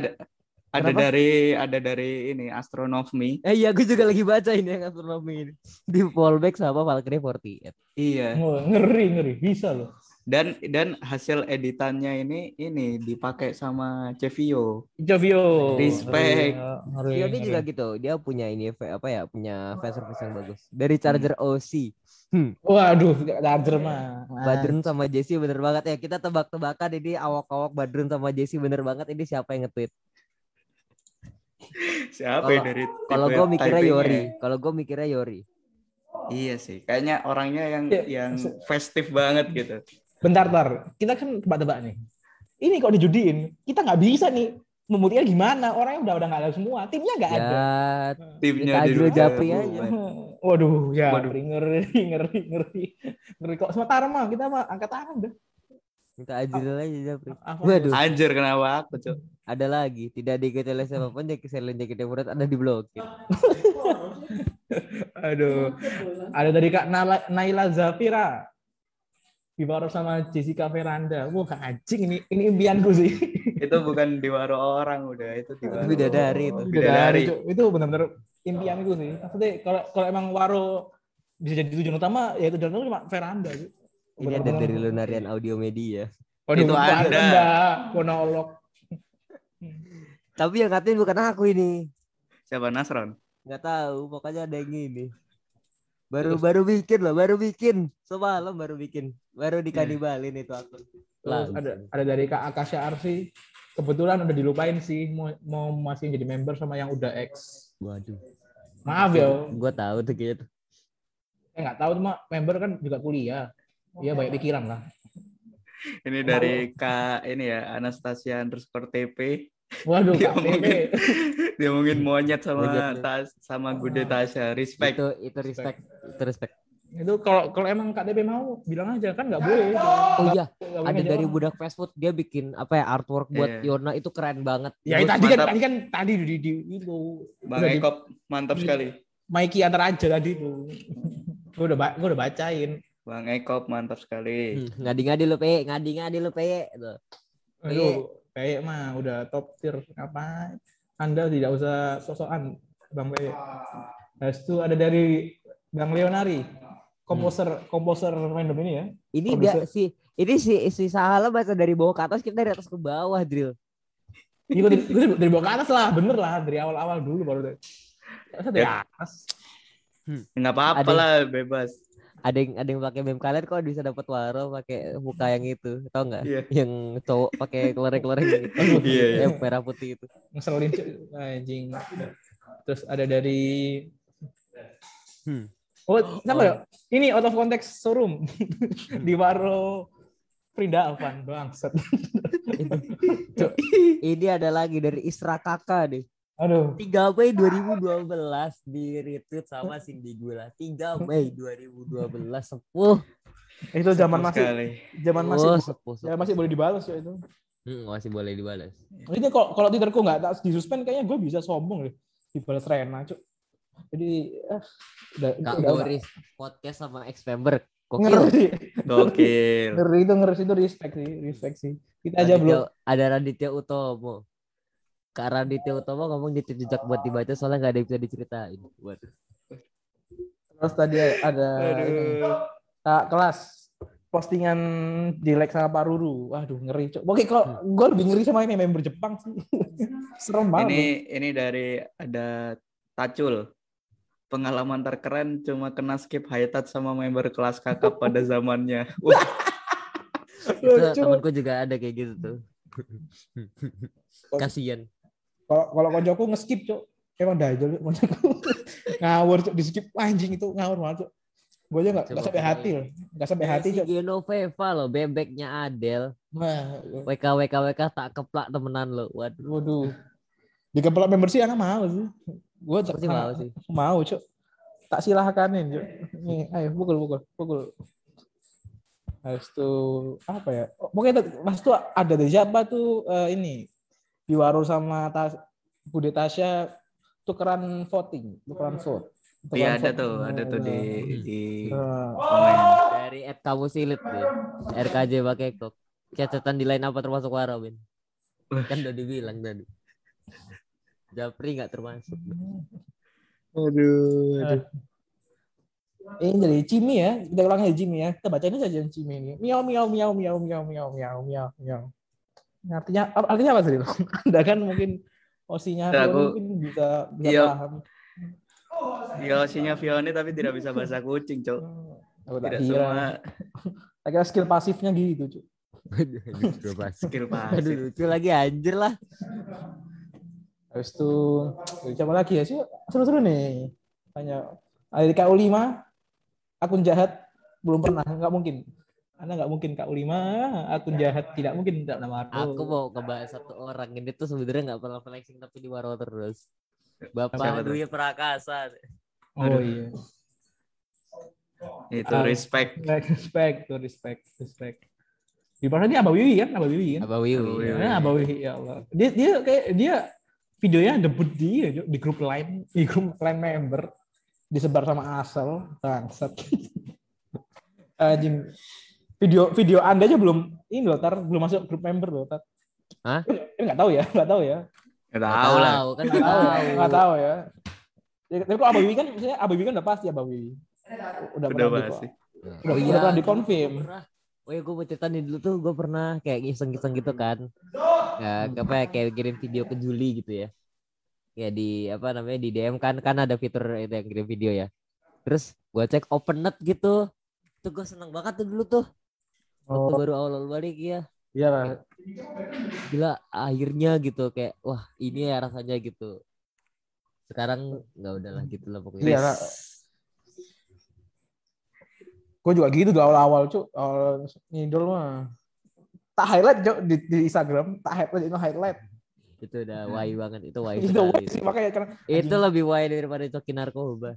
ada dari ini Astronomi. Iya, gue juga lagi baca ini yang Astronomi ini. Di fallback sama Valkyrie 48. Iya. Ngeri bisa loh. Dan hasil editannya ini dipakai sama Cevio. Respect. Cevio ini juga gitu. Dia punya ini punya fan service yang bagus. Dari Charger OC. Waduh, Charger mah. Badrun sama Jesse bener banget ya. Kita tebak-tebakan ini awak-awak Badrun sama Jesse bener banget. Ini siapa yang nge-tweet? Siapa yang dari? Kalau gue mikirnya Yori. Iya sih. Kayaknya orangnya yang festif banget gitu. Bentar. Kita kan tebak-tebak nih. Ini kok dijudiin. Kita nggak bisa nih. Membuktikan gimana? Orangnya udah nggak ada semua. Timnya nggak ada. Timnya di Japri aja. Waduh, ngeri. Kok sementara mah kita mah angkat tangan deh. Minta Ajril aja Japri. Waduh. Anjir kenapa aku, Cok? Ada lagi. Tidak diikuti oleh siapapun. Selain Jaki Demurat ada di blokir. Aduh. Ada dari Kak Naila Zafira. Diwaro sama Jessica Veranda. Wah, anjing ini impianku sih. Itu bukan diwaro orang udah, itu diwaro. Bidadari. Itu benar-benar impianku sih. Maksudnya kalau emang Waro bisa jadi tujuan utama, ya tujuan utama cuma Veranda. Ini ada dari Lunarian Audio Media. Waduh, itu ada. Monolog. Tapi yang ngatain bukan aku ini. Siapa, Nasron? Nggak tahu, pokoknya ada yang ini. Baru bikin. Semalam baru bikin. Baru dikanibalin itu akun. Ada dari Kak Akasha Arsi. Kebetulan udah dilupain sih mau masih jadi member sama yang udah ex. Waduh. Maaf ya. Gue tahu tuh gitu. Nggak tahu cuma member kan juga kuliah. Iya banyak pikiran lah. Ini dari Kak ini ya Anastasia _TP. Waduh, dia mungkin monyet sama Gude Tasya. Respect. Itu respect. Itu kalau emang Kak TP mau bilang aja kan nggak boleh. Oh iya, ada dari budak fast food dia bikin artwork buat Yona itu keren banget. Ya tadi di itu. Bang Ekop mantap sekali. Mikey antar aja tadi itu. Gue udah bacain. Bang Ekop mantap sekali. Ngadi-ngadi lu pe. Aduh, kayak mah udah top tier. Apa? Anda tidak usah sosokan, Bang Pe. Habis itu ada dari Bang Leonari, komposer random ini ya. Ini si Sahala baca dari bawah ke atas, kita dari atas ke bawah, Drill. Iya, dari bawah ke atas lah, bener lah, dari awal-awal dulu baru dari atas. Nggak apa-apa lah, bebas. Ada yang pakai meme kalian kok bisa dapat Waro pakai muka yang itu, tau nggak? Yeah. Yang cowok pakai kelereng-kelereng gitu. Iya. Yang merah putih itu. Ngeselin anjing. Terus ada dari siapa ya? Ini out of context showroom di Waro Frida Alvan bangsat. Ini ada lagi dari Isra Kakak nih. Aduh. 3 Mei 2012 di retweet sama Cindy Gula. 3 Mei 2012 sepuh. Itu zaman Sepuh masih sekali. Sepuh. ya masih boleh dibalas ya itu. Masih boleh dibalas. Ini kalau Twitterku nggak tak disuspend kayaknya gue bisa sombong deh dibalas Rena, Cuk. Jadi Kak udah Boris podcast sama ex-member kokil. ngeri. Gokil. Ngeri itu respect sih. Kita aja belum. Ada Raditya Utomo. Kak Raditya Utomo ngomong jejak buat dibaca soalnya nggak ada yang bisa diceritain. Waduh. Terus tadi ada ini, Kak kelas postingan jelek sama Pak Ruru. Waduh, ngeri, Cok. Oke, kalau gue lebih ngeri sama ini member Jepang sih. Serem banget. Ini dari ada Tacul. Pengalaman terkeren cuma kena skip high touch sama member kelas kakap pada zamannya. Itu temanku juga ada kayak gitu tuh. Kasian. Kalau koncoku nge-skip, Cok. Emang dajal koncoku. Ngawur, Cok, di-skip anjing itu ngawur banget, Cok. Gue aja enggak sampai hati loh. Enggak sampai hati, Cok. Genoveva loh, bebeknya Adel. Nah, WK tak keplak temenan lo. Waduh. Dikeplak member sih anak mau sih. Gue mau sih. Mau, Cok. Tak silahkanin, Cok. Nih, ayo pukul. Habis itu apa ya? Pokoknya pas itu ada dari siapa tuh ini Biwaro sama Bude Tasya tukeran vote. Iya ada tuh di komen dari @kamu silit deh. RKJ Bakekok. Catatan di line apa termasuk Waro, Ben? Kan udah dibilang tadi. Japri nggak termasuk. Aduh. Ini dari Cimi ya. Kita ulang dari Cimi ya. Kita baca ini saja Cimi ini. Miau. Artinya apa sih? Anda kan mungkin osinya mungkin bisa paham. Iya, osinya Vioni tapi tidak bisa bahasa kucing, Cok. Tidak semua. Kira skill pasifnya gitu, Cok. Skill pasif. Aduh, lucu lagi anjir lah. Habis itu siapa lagi ya sih? Seru-seru nih. Tanya. Ada di KU5 akun jahat belum pernah, nggak mungkin. Anda nggak mungkin KU5 akun jahat, tidak mungkin tidak nama aku mau ngebahas satu orang ini tuh sebenarnya nggak pernah flexing tapi di Waro terus. Bapak Dwi Prakasa. Oh iya. Itu respect. Di mana ini Abah Wiwi kan? Abah Wiwi ya Allah. Dia videonya debut dia di grup line member disebar sama Asal bangsat. Anjing. Video Anda aja belum ini loh, belum masuk grup member loh, Tar. Hah? Enggak tahu ya. Enggak tahu lah. Enggak tahu ya. Tapi kok Abah Wiwi kan misalnya Abah Wiwi kan udah pasti Abah Wiwi. Udah pasti. Udah pernah dikonfirm. Oh ya, gue mau cerita nih dulu tuh, gue pernah kayak iseng-iseng gitu kan. Ya, kayak kirim video ke Juli gitu ya. Ya di di DM kan ada fitur itu yang kirim video ya. Terus gue cek open net gitu. Tuh gue seneng banget tuh dulu tuh. Waktu baru awal balik ya. Iya lah. Gila akhirnya gitu kayak wah ini ya rasanya gitu. Sekarang nggak udahlah gitu lah pokoknya. Iya lah. Gue juga gitu tuh awal-awal Cuk. Awal ngidol mah. Tak highlight Cuk di Instagram, tak highlight. Itu udah why banget, itu why. Itu sih makanya karena itu lebih why daripada coki narkoba.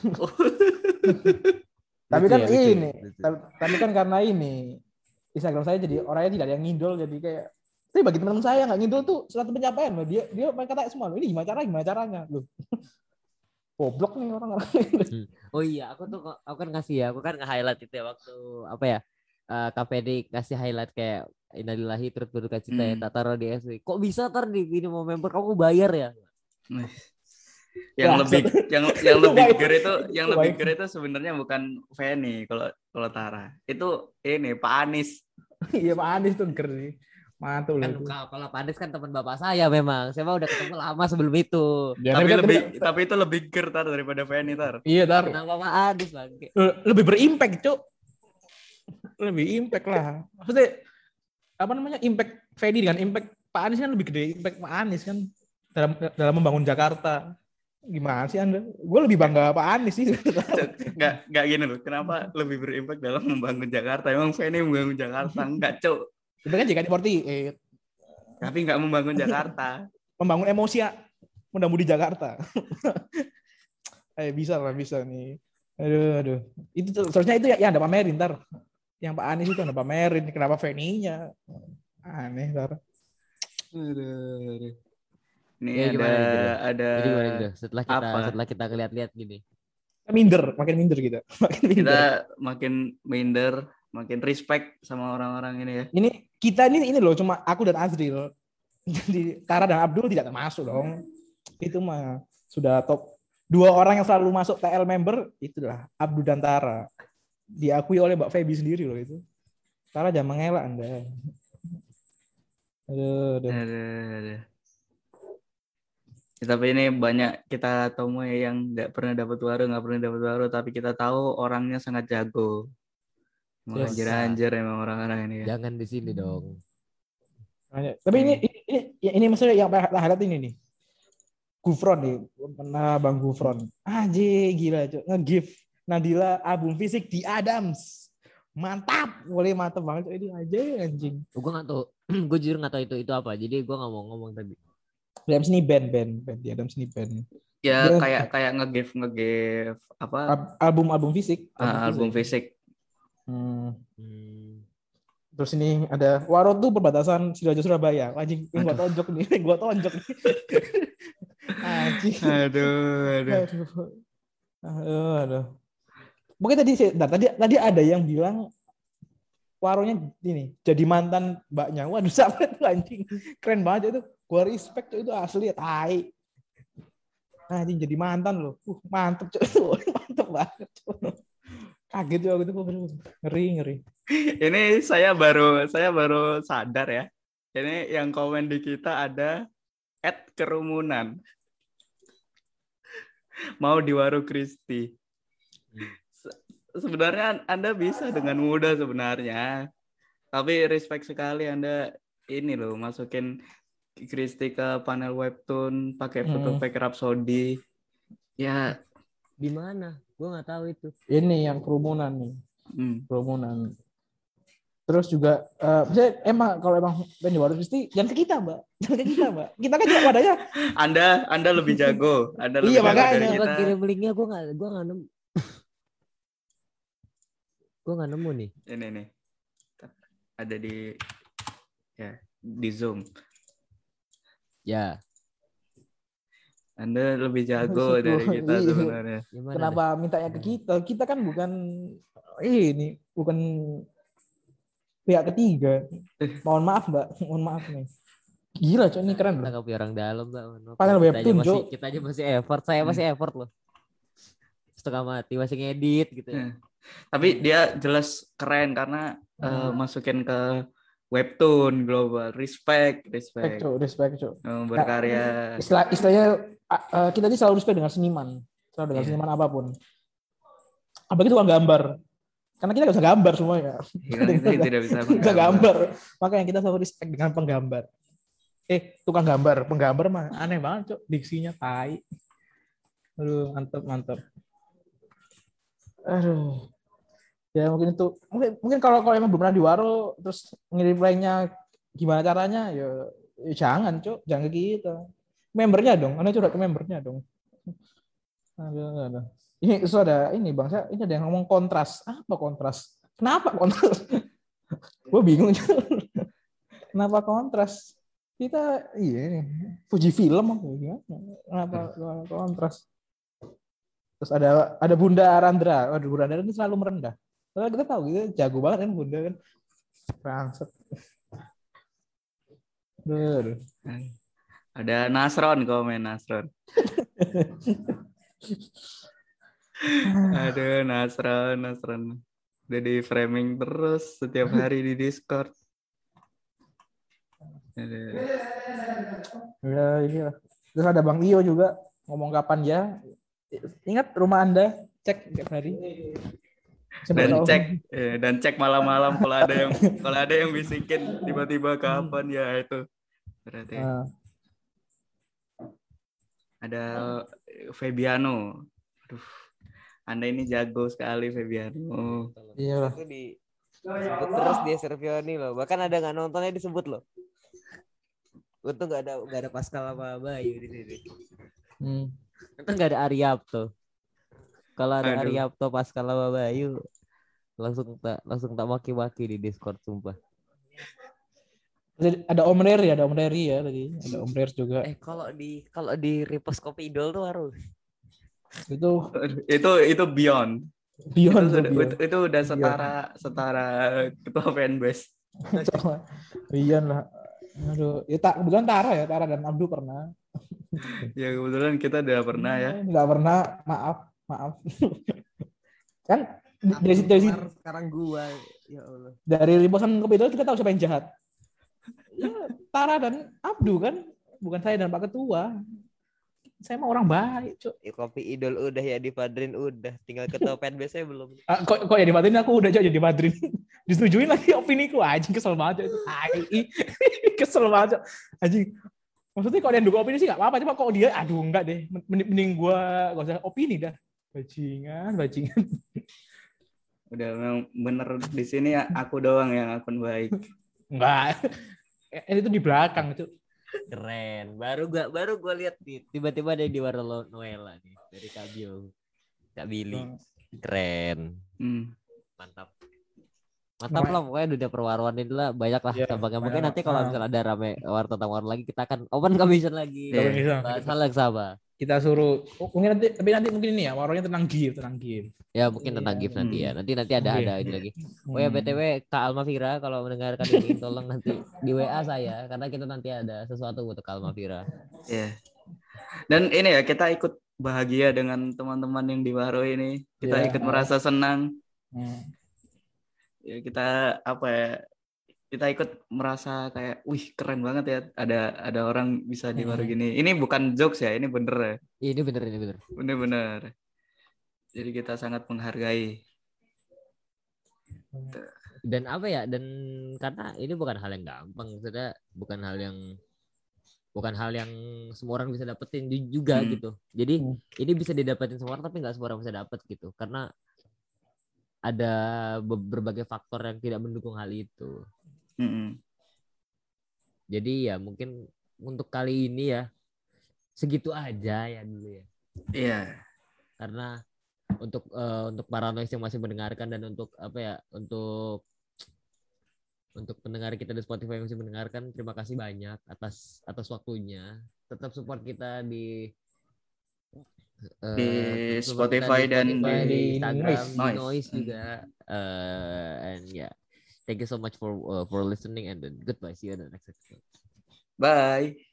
Tapi kan tapi kan karena ini Instagram saya jadi orangnya tidak ada yang ngidol, jadi kayak tapi bagi teman saya nggak ngidol tuh suatu pencapaian loh. Dia main kata semua loh. Ini gimana caranya loh. Goblok nih orang-orang. Oh iya, aku kan nge-highlight itu ya waktu KPD kasih highlight kayak innalillahi turut berduka cita ya, tak taruh di SW. Kok bisa di ini mau member kamu bayar ya? Yang lebih ger itu sebenarnya bukan Feni kalau Tara. Itu ini Pak Anies. Iya Pak Anies tuh ger sih. Mantul kan kalau Pak Anies kan teman bapak saya memang. Saya mah udah ketemu lama sebelum itu. Ya, tapi itu lebih ger daripada Feni Iya Kenapa Pak Anies bangke? Lebih berimpact, Cuk. Lebih impact lah. Maksudnya impact Fedi dengan impact Pak Anies kan lebih gede impact Pak Anies kan dalam membangun Jakarta. Gimana sih Anda? Gue lebih bangga Pak Anies sih. Nggak gini loh. Kenapa lebih berimpact dalam membangun Jakarta? Emang Feni membangun Jakarta? Enggak, Cuk. Itu kan JKT48. Tapi nggak membangun Jakarta. Membangun emosi mudah-mudi Jakarta. Bisa nih. Aduh. Itu seharusnya itu yang Anda pamerin ntar. Yang Pak Anies itu Anda pamerin, kenapa Feni-nya? Aneh, Tar. Aduh. Ini Ya, gimana nih, Jero? ada Jadi gimana gitu? Setelah apa? kita lihat-lihat gini. Makin minder kita. Makin minder. Kita makin minder, makin respect sama orang-orang ini ya. Ini kita ini loh, cuma aku dan Azril. Jadi Tara dan Abdul tidak termasuk dong. Itu mah sudah top 2 orang yang selalu masuk TL member, itulah Abdul dan Tara. Diakui oleh Mbak Feby sendiri loh itu. Tara jangan mengelak Anda. Aduh. Aduh. Ya, tapi ini banyak kita temui yang nggak pernah dapat waru, tapi kita tahu orangnya sangat jago. Anjir emang orang-orang ini ya. Jangan di sini dong. Tapi ini maksudnya yang highlight ini nih. Gufron nih, pernah Bang Gufron. Gila, Cok. Nge-give Nadila album fisik di Adams. Mantap, boleh mantap banget ini aja anjing. Gue nggak tahu, gue jujur nggak tahu itu apa. Jadi gue nggak mau ngomong tadi. Di Adams ini band di Adams ini band. Ya kayak nge-give apa? Album fisik. Album fisik. Terus ini ada Waro tuh perbatasan Sidoarjo Surabaya. Anjing, gua tonjok nih. Anjing. Aduh. Mungkin tadi ada yang bilang Waronya ini jadi mantan mbaknya. Waduh, siapa itu anjing? Keren banget itu. Gua respect tuh, itu asli tai. Anjing jadi mantan loh. Mantep cuy. Mantep banget cuy. Kaget juga gitu, ngeri. Ini saya baru sadar ya. Ini yang komen di kita ada @kerumunan. Mau di Waru Kristi. Sebenarnya Anda bisa dengan mudah sebenarnya. Tapi respect sekali Anda ini loh masukin Kristi ke panel webtoon pakai foto fake Rhapsody. Ya, di mana? Gue nggak tahu itu. Ini yang kerumunan nih. Kerumunan. Terus juga, kalau emang band di Waru Kristi, jangan ke kita, Mbak. Kita kan juga wadahnya. Anda lebih jago. Iya, makanya. Kita kirim linknya, gue nggak nemu. Gue nggak nemu nih. Ini nih. Ada di Zoom. Ya. Anda lebih jago dari kita sebenarnya. Kenapa mintanya ke kita? Kita kan bukan pihak ketiga. Mohon maaf, Mbak. Mohon maaf nih. Gila, Cok, ini keren. Kita nggak punya orang dalam, Mbak. Panel webtoon, Cok. Kita aja masih effort. Saya masih effort loh. Setengah mati masih ngedit gitu. Tapi dia jelas keren karena masukin ke webtoon global. Respect. Respect, Cok. Berkarya. Istilahnya kita ini selalu respect dengan seniman. Selalu dengan seniman apapun. Apalagi tukang gambar. Karena kita nggak bisa gambar semua ya. Kita tidak bisa gambar. Makanya kita selalu respect dengan penggambar. Tukang gambar, penggambar mah aneh banget, Cok. Diksinya tai. Aduh, mantap. Aduh. Ya mungkin itu. Mungkin kalau emang belum pernah di Waro terus ngirim lainnya gimana caranya ya jangan, Cok. Jangan ke kita. Membernya dong. Anda curhat ke membernya dong. Aduh. Ini ada ini bangsa, ini ada yang ngomong kontras. Apa kontras? Kenapa kontras? Gue bingung. Kenapa kontras? Kita Fuji Film apa gimana? Kenapa kontras? Terus ada Bunda Arandra. Waduh, Bunda Arandra itu selalu merendah. Soalnya kita tahu gitu jago banget kan Bunda kan. Bangsat. Ada Nasron komen Nasron. Aduh, Nasron. Udah di framing terus setiap hari di Discord. Iya. Terus ada Bang Iyo juga ngomong kapan ya. Ingat rumah Anda, cek tiap hari. Dan cek malam-malam kalau ada yang bisikin tiba-tiba kapan ya itu. Berarti. Ada Febiano. Aduh. Anda ini jago sekali, Febiano. Iya. Itu disebut terus dia Servioni loh. Bahkan ada nggak nontonnya disebut loh. Untung nggak ada Pascal sama Bayu di sini. Untung nggak ada Ariapto. Kalau ada Ariapto, Pascal sama Bayu, langsung tak maki-maki di Discord sumpah. Ada Om Rere ya, ada Om Rere ya tadi. Ada Om Rere juga. Kalau di repost Kopi Idol tuh harus Itu beyond. Itu udah setara ketua fanbase. Beyond lah. Aduh, ya kebetulan Tara dan Abdu pernah. Ya kebetulan kita udah pernah ya. Nggak pernah, maaf. Kan dari sekarang gua, ya Allah. Dari repostan Kopi Idol kita tahu siapa yang jahat. Ya, Tara dan Abdu kan, bukan saya dan Pak Ketua. Saya mah orang baik, Cuk. Ya, Kopi Idol udah ya, di Padrin udah, tinggal ketua fanbase-nya belum. Kok ya di Madrid aku udah jadi Madrid. Disetujuin lagi opiniku, anjing kesel banget itu. Kesel banget. Anjing. Maksudnya kalau dia dukung opini sih enggak apa-apa, cuma kok dia enggak deh. Mending gua enggak usah opini dah. Bajingan. Udah memang bener di sini ya, aku doang yang akun baik. Enggak. Itu di belakang itu. Keren. Baru gua lihat nih, tiba-tiba ada di Warlo Noela nih dari Kak Billy. Keren. Mantap lah, pokoknya dunia perwaruan ini lah banyak lah cabangnya. Mungkin nanti kalau misalnya ada rame tentang war lagi, kita akan open commission lagi. Bahas hal yang sama. Kita suruh mungkin nanti mungkin ini ya, warungnya tenang game. Ya mungkin tentang gift nanti ya. Nanti ada ini lagi. Oh ya, BTW Kak Almavira kalau mendengarkan ini tolong nanti di WA saya, karena kita nanti ada sesuatu untuk Kak Almavira. Iya. Dan ini ya, kita ikut bahagia dengan teman-teman yang di Waro ini. Kita ikut merasa senang. Ya kita kita ikut merasa kayak keren banget ya, ada orang bisa di Waro gini. Ini bukan jokes ya, ini bener ya. Ini bener. Jadi kita sangat menghargai. Dan dan karena ini bukan hal yang gampang, maksudnya bukan hal yang semua orang bisa dapetin juga gitu. Jadi ini bisa didapetin semua orang, tapi nggak semua orang bisa dapet gitu, karena ada berbagai faktor yang tidak mendukung hal itu. Jadi ya mungkin untuk kali ini ya segitu aja ya dulu ya. Iya. Karena untuk para noise yang masih mendengarkan, dan untuk untuk pendengar kita di Spotify yang masih mendengarkan, terima kasih banyak atas waktunya. Tetap support kita di Spotify dan di Instagram, di Noise juga. And yeah, thank you so much for listening, and then goodbye. See you in the next episode. Bye.